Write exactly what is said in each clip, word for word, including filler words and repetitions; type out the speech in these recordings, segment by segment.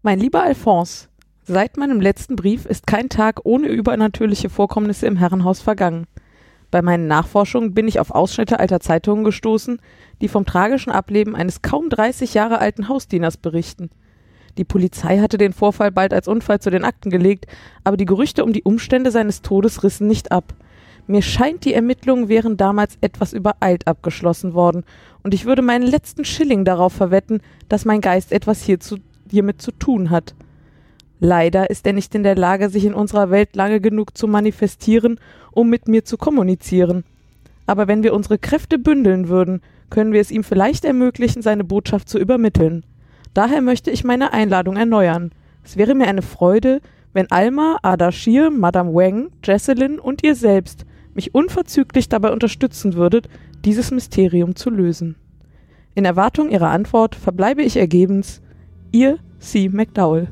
Mein lieber Alphonse, seit meinem letzten Brief ist kein Tag ohne übernatürliche Vorkommnisse im Herrenhaus vergangen. Bei meinen Nachforschungen bin ich auf Ausschnitte alter Zeitungen gestoßen, die vom tragischen Ableben eines kaum dreißig Jahre alten Hausdieners berichten. Die Polizei hatte den Vorfall bald als Unfall zu den Akten gelegt, aber die Gerüchte um die Umstände seines Todes rissen nicht ab. Mir scheint, die Ermittlungen wären damals etwas übereilt abgeschlossen worden, und ich würde meinen letzten Schilling darauf verwetten, dass mein Geist etwas hierzu, hiermit zu tun hat. Leider ist er nicht in der Lage, sich in unserer Welt lange genug zu manifestieren, um mit mir zu kommunizieren. Aber wenn wir unsere Kräfte bündeln würden, können wir es ihm vielleicht ermöglichen, seine Botschaft zu übermitteln. Daher möchte ich meine Einladung erneuern. Es wäre mir eine Freude, wenn Alma, Ardashir, Madame Wang, Jesselyn und ihr selbst mich unverzüglich dabei unterstützen würdet, dieses Mysterium zu lösen. In Erwartung Ihrer Antwort verbleibe ich ergebens Ihr C. McDowell.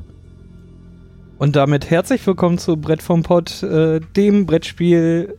Und damit herzlich willkommen zu Brett vom Pott, äh, dem Brettspiel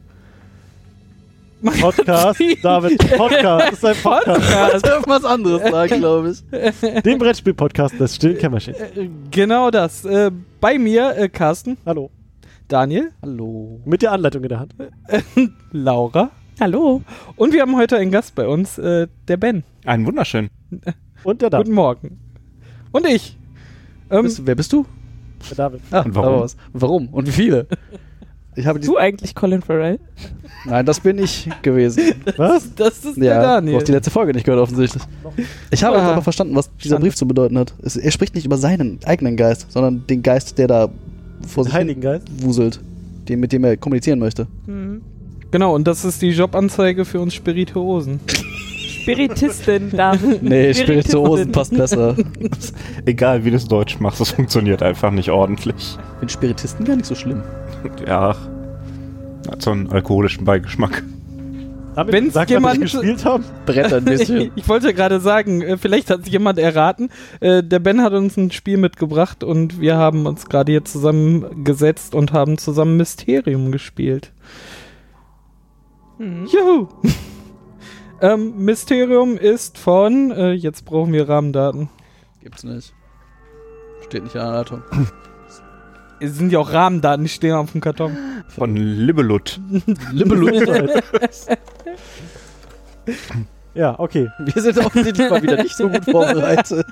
Podcast, David, Podcast, das ist ein Podcast. Das darf was anderes sagen, glaube ich. Den Brettspiel-Podcast des stillen Kämmerchens. Äh, genau das. Äh, bei mir, äh, Carsten. Hallo. Daniel. Hallo. Mit der Anleitung in der Hand. Äh, Laura. Hallo. Und wir haben heute einen Gast bei uns, äh, der Ben. Einen wunderschönen. Und der David. Guten Morgen. Und ich. Ähm, bist, wer bist du? Der David. Ah, und warum? Was. Warum? Und wie viele? Ich habe die Du eigentlich Colin Farrell? Nein, das bin ich gewesen. Was? Das ist der Ja, Daniel. du hast die letzte Folge nicht gehört offensichtlich. Ich habe Ah. aber verstanden, was dieser Brief zu bedeuten hat. Es, er spricht nicht über seinen eigenen Geist, sondern den Geist, der da vor sich Heiligen Geist. wuselt, den, mit dem er kommunizieren möchte. Hm. Genau, und das ist die Jobanzeige für uns Spirituosen. Spiritistin, David. Nee, Spirituosen passt besser. Egal wie du es Deutsch machst, es funktioniert einfach nicht ordentlich. Ich finde Spiritisten gar nicht so schlimm. Ja, hat so einen alkoholischen Beigeschmack. Damit Wenn's sagt, jemand- was wir gespielt haben. Brett ein bisschen. Ich wollte gerade sagen, äh, vielleicht hat sich jemand erraten. Äh, Der Ben hat uns ein Spiel mitgebracht und wir haben uns gerade hier zusammengesetzt und haben zusammen Mysterium gespielt. Hm. Juhu! ähm, Mysterium ist von, äh, jetzt brauchen wir Rahmendaten. Gibt's nicht. Steht nicht in der Anleitung. Es sind ja auch Rahmendaten, die stehen auf dem Karton. Von Libbelut. Libbelut. Ja, okay. Wir sind offensichtlich mal wieder nicht so gut vorbereitet.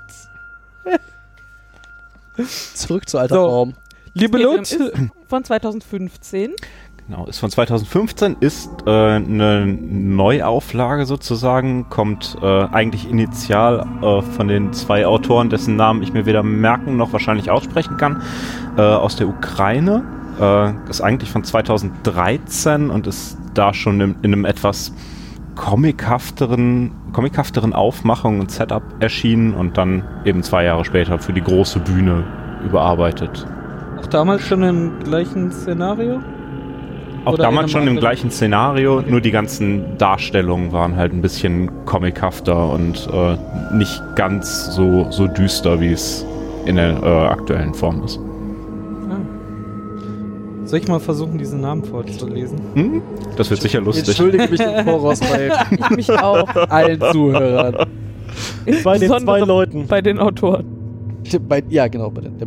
Zurück zur alter So. Form. Libellut, Mysterium ist von zweitausendfünfzehn. Genau, ist von zweitausendfünfzehn, ist äh, eine Neuauflage sozusagen, kommt äh, eigentlich initial äh, von den zwei Autoren, dessen Namen ich mir weder merken noch wahrscheinlich aussprechen kann, äh, aus der Ukraine. Äh, ist eigentlich von zweitausenddreizehn und ist da schon in, in einem etwas comichafteren, comichafteren Aufmachung und Setup erschienen und dann eben zwei Jahre später für die große Bühne überarbeitet. auch damals schon im gleichen Szenario? Auch Oder damals in schon einem im anderen? gleichen Szenario, nur die ganzen Darstellungen waren halt ein bisschen comichafter und äh, nicht ganz so, so düster, wie es in der äh, aktuellen Form ist. Ah. Soll ich mal versuchen, diesen Namen vorzulesen? Hm? Das wird sicher Ich lustig. entschuldige mich im Voraus bei Ich mich auch. allen Zuhörern. Bei den zwei Insbesondere Leuten. Bei den Autoren. Bei, ja, genau. Bei den, der,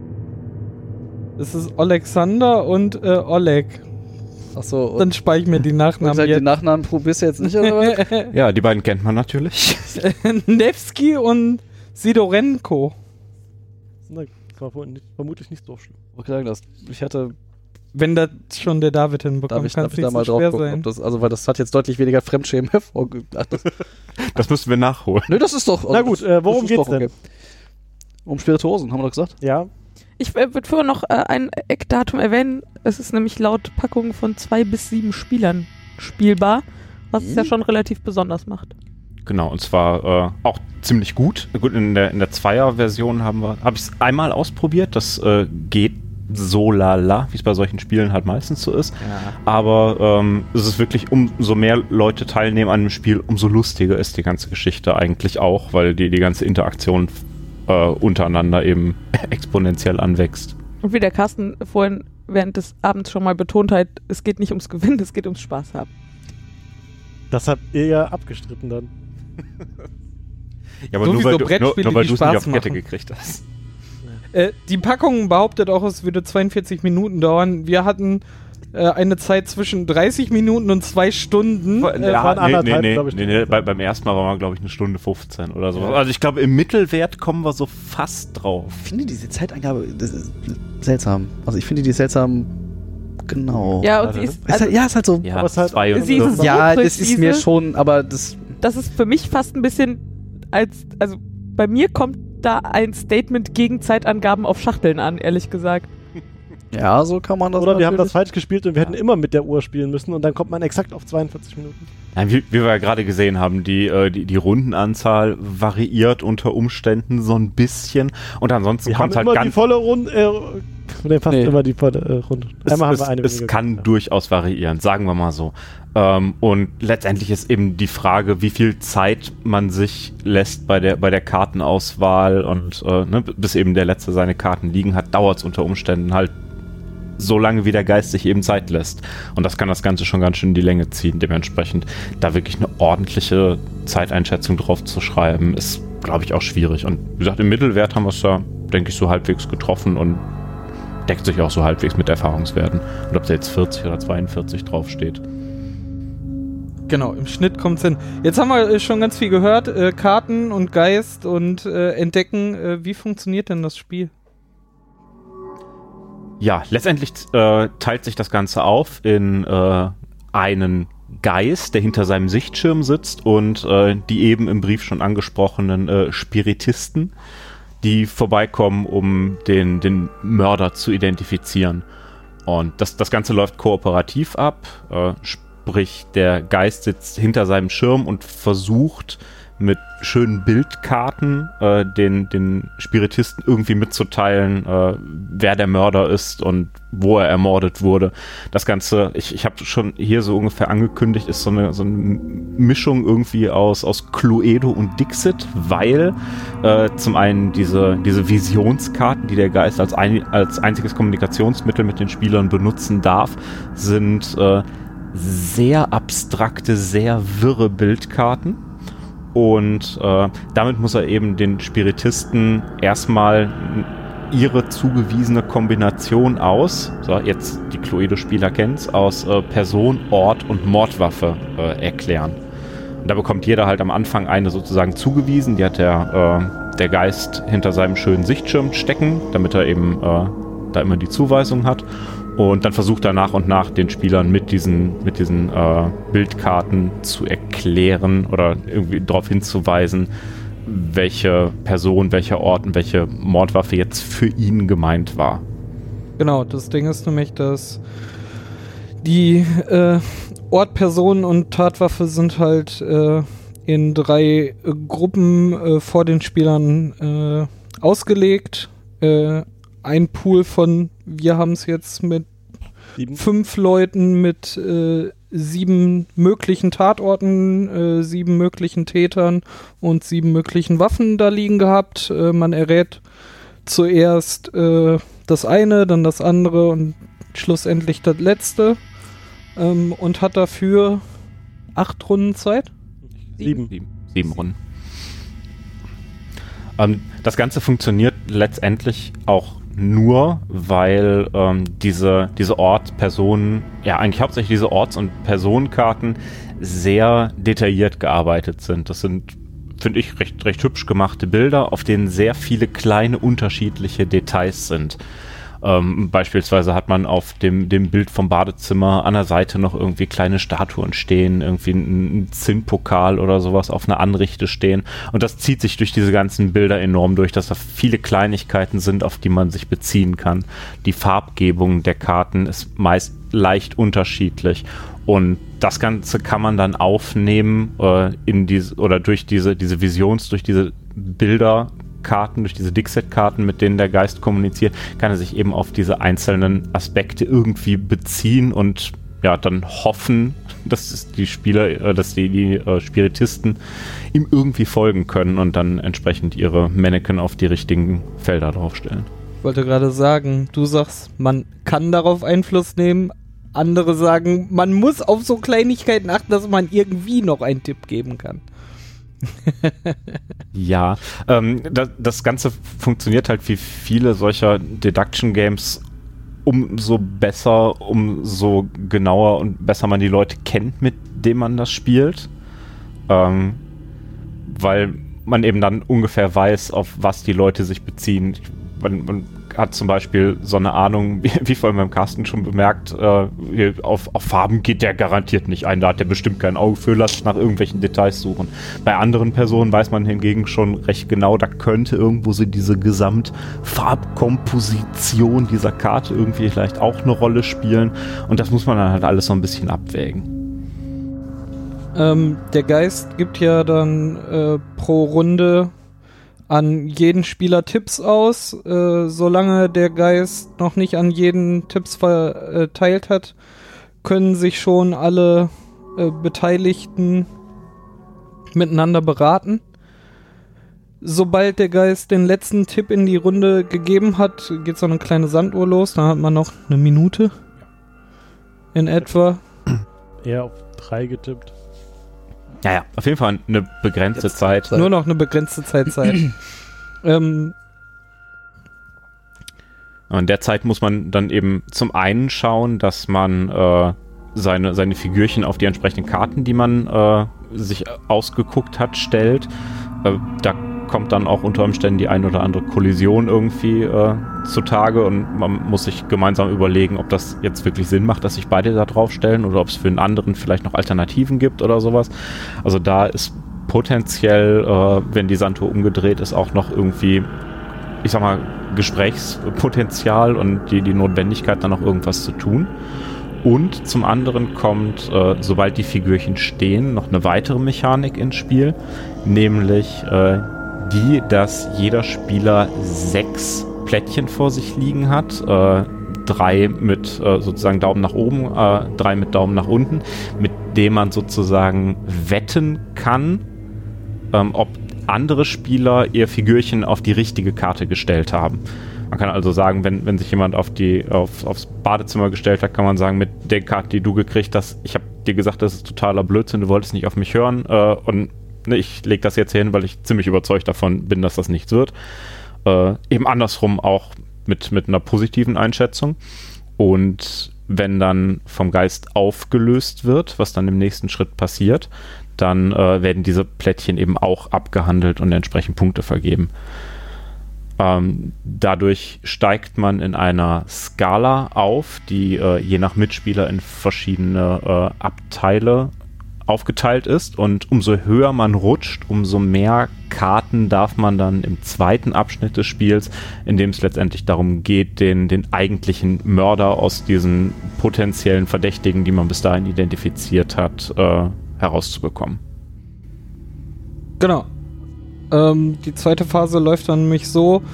Es ist Alexander und äh, Oleg. achso, und Dann spare ich mir die Nachnamen sag, die jetzt. Nachnamen probierst du jetzt nicht, oder was? Ja, die beiden kennt man natürlich. Nevsky und Sidorenko. Na, das war wohl nicht, vermutlich nicht so schlimm. Okay, das, ich hatte, Wenn das schon der David darf hinbekommt, ich, kann darf es ich da nicht mal so drauf schwer gucken, sein. ob das, also, weil das hat jetzt deutlich weniger Fremdschämen hervorgebracht. Das, Das müssten wir nachholen. nö, das ist doch. Na gut, äh, worum das ist geht's doch denn? Um Spirituosen, haben wir doch gesagt. Ja, Ich äh, würde vorher noch äh, ein Eckdatum erwähnen. Es ist nämlich laut Packung von zwei bis sieben Spielern spielbar, was es ja schon relativ besonders macht. Genau, und zwar äh, auch ziemlich gut. Gut, in der, in der Zweier-Version haben wir, habe ich es einmal ausprobiert. Das äh, geht so lala, wie es bei solchen Spielen halt meistens so ist. Ja. Aber ähm, es ist wirklich, umso mehr Leute teilnehmen an dem Spiel, umso lustiger ist die ganze Geschichte eigentlich auch, weil die, die ganze Interaktion äh, untereinander eben exponentiell anwächst. Und wie der Carsten vorhin während des Abends schon mal betont hat, es geht nicht ums Gewinnen, es geht ums Spaß haben. das habt ihr ja abgestritten dann. Ja, aber Sowieso nur weil du, nur, Brettspiele, nur weil die du es nicht Spaß auf Kette machen. gekriegt hast. Äh, die Packung behauptet auch, es würde zweiundvierzig Minuten dauern. Wir hatten äh, eine Zeit zwischen dreißig Minuten und zwei Stunden. Äh, ja, waren nee, anderthalb, nee, nee, glaub ich. nee, nee, bei, beim ersten Mal waren wir, glaube ich, eine Stunde fünfzehn oder so. Also ich glaube, im Mittelwert kommen wir so fast drauf. Ich finde diese Zeitangabe das ist seltsam. Also ich finde die seltsam. Genau. Ja, und sie ist, Ist also, halt, ja, ist halt so. Ja, Aber es ist halt- zwei und sie ist so. so ja, das ist präzise. mir schon, aber das. das ist für mich fast ein bisschen als, also bei mir kommt da ein Statement gegen Zeitangaben auf Schachteln an, ehrlich gesagt. Ja, so kann man das. Oder wir haben das natürlich- falsch gespielt und wir hätten immer mit der Uhr spielen müssen und dann kommt man exakt auf zweiundvierzig Minuten. Nein, wie, wie wir ja gerade gesehen haben, die, äh, die, die Rundenanzahl variiert unter Umständen so ein bisschen und ansonsten Wir haben kommt halt immer ganz... die volle Runde, äh, nee, fast Nee. immer die volle äh, Runde. Es, Einmal es, haben wir eine es weniger kann gehabt, durchaus variieren, sagen wir mal so. Ähm, und letztendlich ist eben die Frage, wie viel Zeit man sich lässt bei der, bei der Kartenauswahl und äh, ne, bis eben der Letzte seine Karten liegen hat, dauert es unter Umständen halt so lange, wie der Geist sich eben Zeit lässt. Und das kann das Ganze schon ganz schön in die Länge ziehen. Dementsprechend da wirklich eine ordentliche Zeiteinschätzung drauf zu schreiben, ist, glaube ich, auch schwierig. Und wie gesagt, im Mittelwert haben wir es ja, denke ich, so halbwegs getroffen und deckt sich auch so halbwegs mit Erfahrungswerten. Und ob da jetzt vierzig oder zweiundvierzig draufsteht. Genau, im Schnitt kommt es hin. Jetzt haben wir äh, schon ganz viel gehört. Äh, Karten und Geist und äh, Entdecken. Äh, wie funktioniert denn das Spiel? Ja, letztendlich äh, teilt sich das Ganze auf in äh, einen Geist, der hinter seinem Sichtschirm sitzt und äh, die eben im Brief schon angesprochenen äh, Spiritisten, die vorbeikommen, um den, den Mörder zu identifizieren. Und das, das Ganze läuft kooperativ ab, äh, sprich der Geist sitzt hinter seinem Schirm und versucht mit schönen Bildkarten äh, den, den Spiritisten irgendwie mitzuteilen, äh, wer der Mörder ist und wo er ermordet wurde. Das Ganze, ich, ich habe schon hier so ungefähr angekündigt, ist so eine, so eine Mischung irgendwie aus, aus Cluedo und Dixit, weil äh, zum einen diese, diese Visionskarten, die der Geist als, ein, als einziges Kommunikationsmittel mit den Spielern benutzen darf, sind äh, sehr abstrakte, sehr wirre Bildkarten. Und äh, damit muss er eben den Spiritisten erstmal ihre zugewiesene Kombination aus, so jetzt die Cluedo-Spieler kennt's, aus äh, Person, Ort und Mordwaffe äh, erklären. Und da bekommt jeder halt am Anfang eine sozusagen zugewiesen, die hat der, äh, der Geist hinter seinem schönen Sichtschirm stecken, damit er eben äh, da immer die Zuweisung hat. Und dann versucht er nach und nach den Spielern mit diesen, mit diesen äh, Bildkarten zu erklären oder irgendwie darauf hinzuweisen, welche Person, welcher Ort und welche Mordwaffe jetzt für ihn gemeint war. Genau, das Ding ist nämlich, dass die äh, Ort, Person und Tatwaffe sind halt äh, in drei äh, Gruppen äh, vor den Spielern äh, ausgelegt. Äh, ein Pool von, wir haben es jetzt mit Sieben. fünf Leuten mit äh, sieben möglichen Tatorten, äh, sieben möglichen Tätern und sieben möglichen Waffen da liegen gehabt. Äh, man errät zuerst äh, das eine, dann das andere und schlussendlich das letzte ähm, und hat dafür acht Runden Zeit. Sieben. Sieben, sieben Runden. Ähm, das Ganze funktioniert letztendlich auch nur, weil ähm, diese, diese Ort-, Personen, ja eigentlich hauptsächlich diese Orts- und Personenkarten sehr detailliert gearbeitet sind. Das sind, finde ich, recht, recht hübsch gemachte Bilder, auf denen sehr viele kleine unterschiedliche Details sind. Ähm, beispielsweise hat man auf dem, dem Bild vom Badezimmer an der Seite noch irgendwie kleine Statuen stehen, irgendwie ein, ein Zinnpokal oder sowas auf einer Anrichte stehen. Und das zieht sich durch diese ganzen Bilder enorm durch, dass da viele Kleinigkeiten sind, auf die man sich beziehen kann. Die Farbgebung der Karten ist meist leicht unterschiedlich. Und das Ganze kann man dann aufnehmen äh, in diese oder durch diese, diese Visions, durch diese Bilder. Karten, durch diese Dixit-Karten, mit denen der Geist kommuniziert, kann er sich eben auf diese einzelnen Aspekte irgendwie beziehen und ja, dann hoffen, dass die Spieler, äh, dass die, die äh, Spiritisten ihm irgendwie folgen können und dann entsprechend ihre Mannequin auf die richtigen Felder draufstellen. Ich wollte gerade sagen, du sagst, man kann darauf Einfluss nehmen, andere sagen, man muss auf so Kleinigkeiten achten, dass man irgendwie noch einen Tipp geben kann. Ja, ähm, das, das Ganze funktioniert halt wie viele solcher Deduction-Games umso besser, umso genauer und besser man die Leute kennt, mit denen man das spielt. Ähm, weil man eben dann ungefähr weiß, auf was die Leute sich beziehen. Man, man hat zum Beispiel so eine Ahnung, wie, wie vorhin beim Carsten schon bemerkt, äh, auf, auf Farben geht der garantiert nicht ein. Da hat der bestimmt kein Auge für, lasst nach irgendwelchen Details suchen. Bei anderen Personen weiß man hingegen schon recht genau, da könnte irgendwo so diese Gesamtfarbkomposition dieser Karte irgendwie vielleicht auch eine Rolle spielen. Und das muss man dann halt alles so ein bisschen abwägen. Ähm, der Geist gibt ja dann äh, pro Runde an jeden Spieler Tipps aus. Äh, solange der Geist noch nicht an jeden Tipps verteilt hat, können sich schon alle äh, Beteiligten miteinander beraten. Sobald der Geist den letzten Tipp in die Runde gegeben hat, geht so eine kleine Sanduhr los. Dann hat man noch eine Minute in etwa. Eher auf drei getippt. Ja, ja, auf jeden Fall eine begrenzte Jetzt Zeit. Nur noch eine begrenzte Zeit Zeit. ähm, In der Zeit muss man dann eben zum einen schauen, dass man äh, seine, seine Figürchen auf die entsprechenden Karten, die man äh, sich ausgeguckt hat, stellt. Äh, da kommt dann auch unter Umständen die ein oder andere Kollision irgendwie äh, zutage und man muss sich gemeinsam überlegen, ob das jetzt wirklich Sinn macht, dass sich beide da drauf stellen oder ob es für einen anderen vielleicht noch Alternativen gibt oder sowas. Also da ist potenziell, äh, wenn die Sanduhr umgedreht ist, auch noch irgendwie, ich sag mal, Gesprächspotenzial und die, die Notwendigkeit, dann noch irgendwas zu tun. Und zum anderen kommt, äh, sobald die Figürchen stehen, noch eine weitere Mechanik ins Spiel, nämlich äh, die, dass jeder Spieler sechs Plättchen vor sich liegen hat, äh, drei mit äh, sozusagen Daumen nach oben, äh, drei mit Daumen nach unten, mit dem man sozusagen wetten kann, ähm, ob andere Spieler ihr Figürchen auf die richtige Karte gestellt haben. Man kann also sagen, wenn, wenn sich jemand auf die, auf, aufs Badezimmer gestellt hat, kann man sagen, mit der Karte, die du gekriegt hast, ich habe dir gesagt, das ist totaler Blödsinn, du wolltest nicht auf mich hören äh, und ne, ich lege das jetzt hier hin, weil ich ziemlich überzeugt davon bin, dass das nichts wird. Äh, eben andersrum auch mit, mit einer positiven Einschätzung. Und wenn dann vom Geist aufgelöst wird, was dann im nächsten Schritt passiert, dann äh, werden diese Plättchen eben auch abgehandelt und entsprechend Punkte vergeben. Ähm, dadurch steigt man in einer Skala auf, die äh, je nach Mitspieler in verschiedene äh, Abteile aufgeteilt ist, und umso höher man rutscht, umso mehr Karten darf man dann im zweiten Abschnitt des Spiels, in dem es letztendlich darum geht, den, den eigentlichen Mörder aus diesen potenziellen Verdächtigen, die man bis dahin identifiziert hat, äh, herauszubekommen. Genau. Ähm, die zweite Phase läuft dann nämlich so,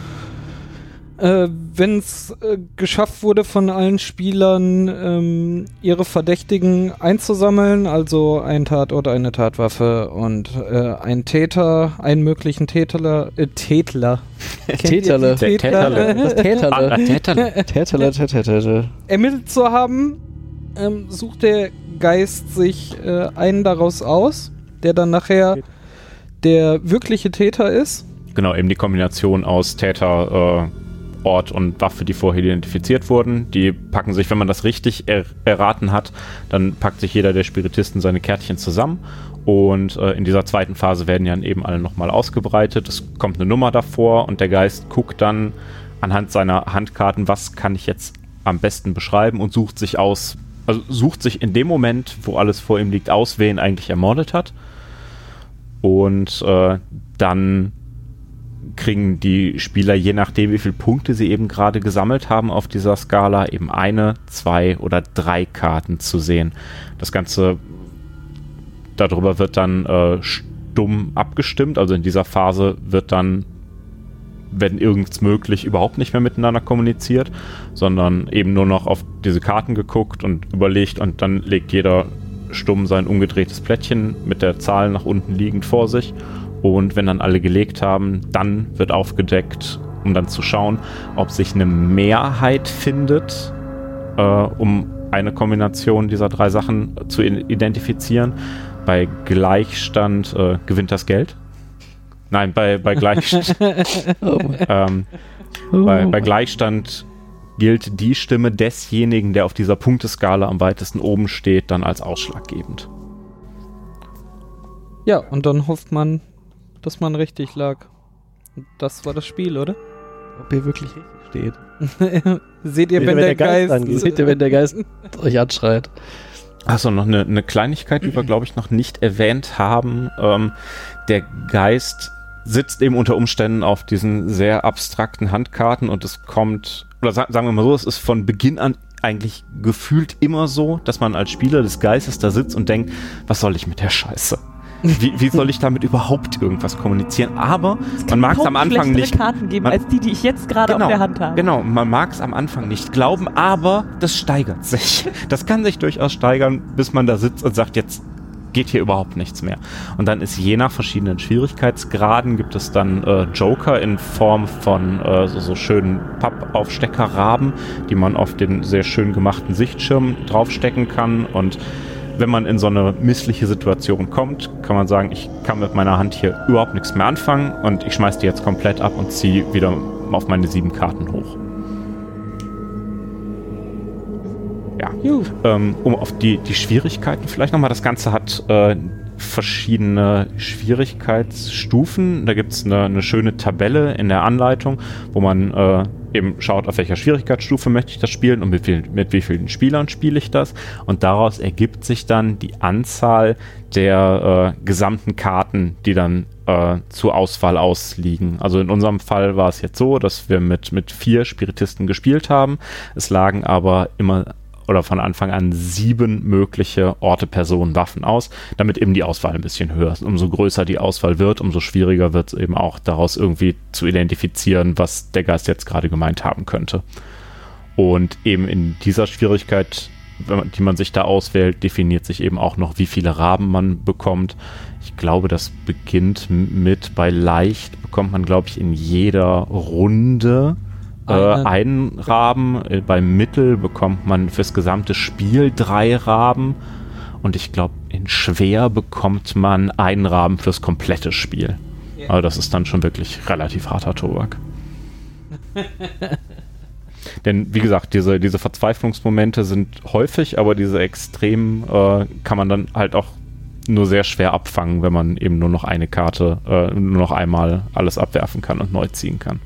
äh, wenn es äh, geschafft wurde von allen Spielern, ähm, ihre Verdächtigen einzusammeln, also ein Tatort, eine Tatwaffe und äh, ein Täter, einen möglichen Täterler, äh, Tätler. Täterle. Täterle. Das Täterle. Täterle. Täterle, Täterle. Ermittelt zu haben, ähm, sucht der Geist sich äh, einen daraus aus, der dann nachher der wirkliche Täter ist. Genau, eben die Kombination aus Täter, äh, Ort und Waffe, die vorher identifiziert wurden. Die packen sich, wenn man das richtig er- erraten hat, dann packt sich jeder der Spiritisten seine Kärtchen zusammen und äh, in dieser zweiten Phase werden ja eben alle nochmal ausgebreitet. Es kommt eine Nummer davor und der Geist guckt dann anhand seiner Handkarten, was kann ich jetzt am besten beschreiben, und sucht sich aus, also sucht sich in dem Moment, wo alles vor ihm liegt, aus, wer ihn eigentlich ermordet hat. Und äh, dann kriegen die Spieler, je nachdem, wie viele Punkte sie eben gerade gesammelt haben auf dieser Skala, eben eine, zwei oder drei Karten zu sehen. Das Ganze, darüber wird dann äh, stumm abgestimmt. Also in dieser Phase wird dann, wenn irgends möglich, überhaupt nicht mehr miteinander kommuniziert, sondern eben nur noch auf diese Karten geguckt und überlegt, und dann legt jeder stumm sein umgedrehtes Plättchen mit der Zahl nach unten liegend vor sich. Und wenn dann alle gelegt haben, dann wird aufgedeckt, um dann zu schauen, ob sich eine Mehrheit findet, äh, um eine Kombination dieser drei Sachen zu identifizieren. bei Gleichstand äh, gewinnt das Geld. Nein, bei, bei, Gleichstand, Oh. ähm, Oh. bei, bei Gleichstand gilt die Stimme desjenigen, der auf dieser Punkteskala am weitesten oben steht, dann als ausschlaggebend. Ja, und dann hofft man, dass man richtig lag. Und das war das Spiel, oder? Ob ihr wirklich richtig steht. Seht ihr, Seht wenn der, Geist... angeht. Seht ihr, wenn der Geist euch anschreit. Achso, noch eine, eine Kleinigkeit, die wir, glaube ich, noch nicht erwähnt haben. Ähm, der Geist sitzt eben unter Umständen auf diesen sehr abstrakten Handkarten und es kommt, oder sa- sagen wir mal so, es ist von Beginn an eigentlich gefühlt immer so, dass man als Spieler des Geistes da sitzt und denkt, was soll ich mit der Scheiße? Wie, wie soll ich damit überhaupt irgendwas kommunizieren? Aber man mag es am Anfang nicht. Karten geben man- als die, die ich jetzt gerade Genau, auf der Hand habe. Genau, man mag es am Anfang nicht glauben, aber das steigert sich. Das kann sich durchaus steigern, bis man da sitzt und sagt, jetzt geht hier überhaupt nichts mehr. Und dann ist je nach verschiedenen Schwierigkeitsgraden gibt es dann äh, Joker in Form von äh, so, so schönen Pappaufsteckerraben, die man auf den sehr schön gemachten Sichtschirm draufstecken kann. Und wenn man in so eine missliche Situation kommt, kann man sagen, ich kann mit meiner Hand hier überhaupt nichts mehr anfangen und ich schmeiß die jetzt komplett ab und ziehe wieder auf meine sieben Karten hoch. Ja, ähm, um auf die, die Schwierigkeiten vielleicht nochmal, das Ganze hat äh, verschiedene Schwierigkeitsstufen. Da gibt es eine, eine schöne Tabelle in der Anleitung, wo man äh, eben schaut, auf welcher Schwierigkeitsstufe möchte ich das spielen und mit, viel, mit wie vielen Spielern spiele ich das. Und daraus ergibt sich dann die Anzahl der äh, gesamten Karten, die dann äh, zur Auswahl ausliegen. Also in unserem Fall war es jetzt so, dass wir mit, mit vier Spiritisten gespielt haben. Es lagen aber immer oder von Anfang an sieben mögliche Orte, Personen, Waffen aus, damit eben die Auswahl ein bisschen höher ist. Umso größer die Auswahl wird, umso schwieriger wird es eben auch daraus irgendwie zu identifizieren, was der Geist jetzt gerade gemeint haben könnte. Und eben in dieser Schwierigkeit, wenn man, die man sich da auswählt, definiert sich eben auch noch, wie viele Raben man bekommt. Ich glaube, das beginnt mit, bei leicht bekommt man, glaube ich, in jeder Runde Äh, einen Raben, äh, beim Mittel bekommt man fürs gesamte Spiel drei Raben und ich glaube, in schwer bekommt man einen Raben fürs komplette Spiel. Yeah. Also das ist dann schon wirklich relativ harter Tobak. Denn wie gesagt, diese, diese Verzweiflungsmomente sind häufig, aber diese Extremen äh, kann man dann halt auch nur sehr schwer abfangen, wenn man eben nur noch eine Karte, äh, nur noch einmal alles abwerfen kann und neu ziehen kann.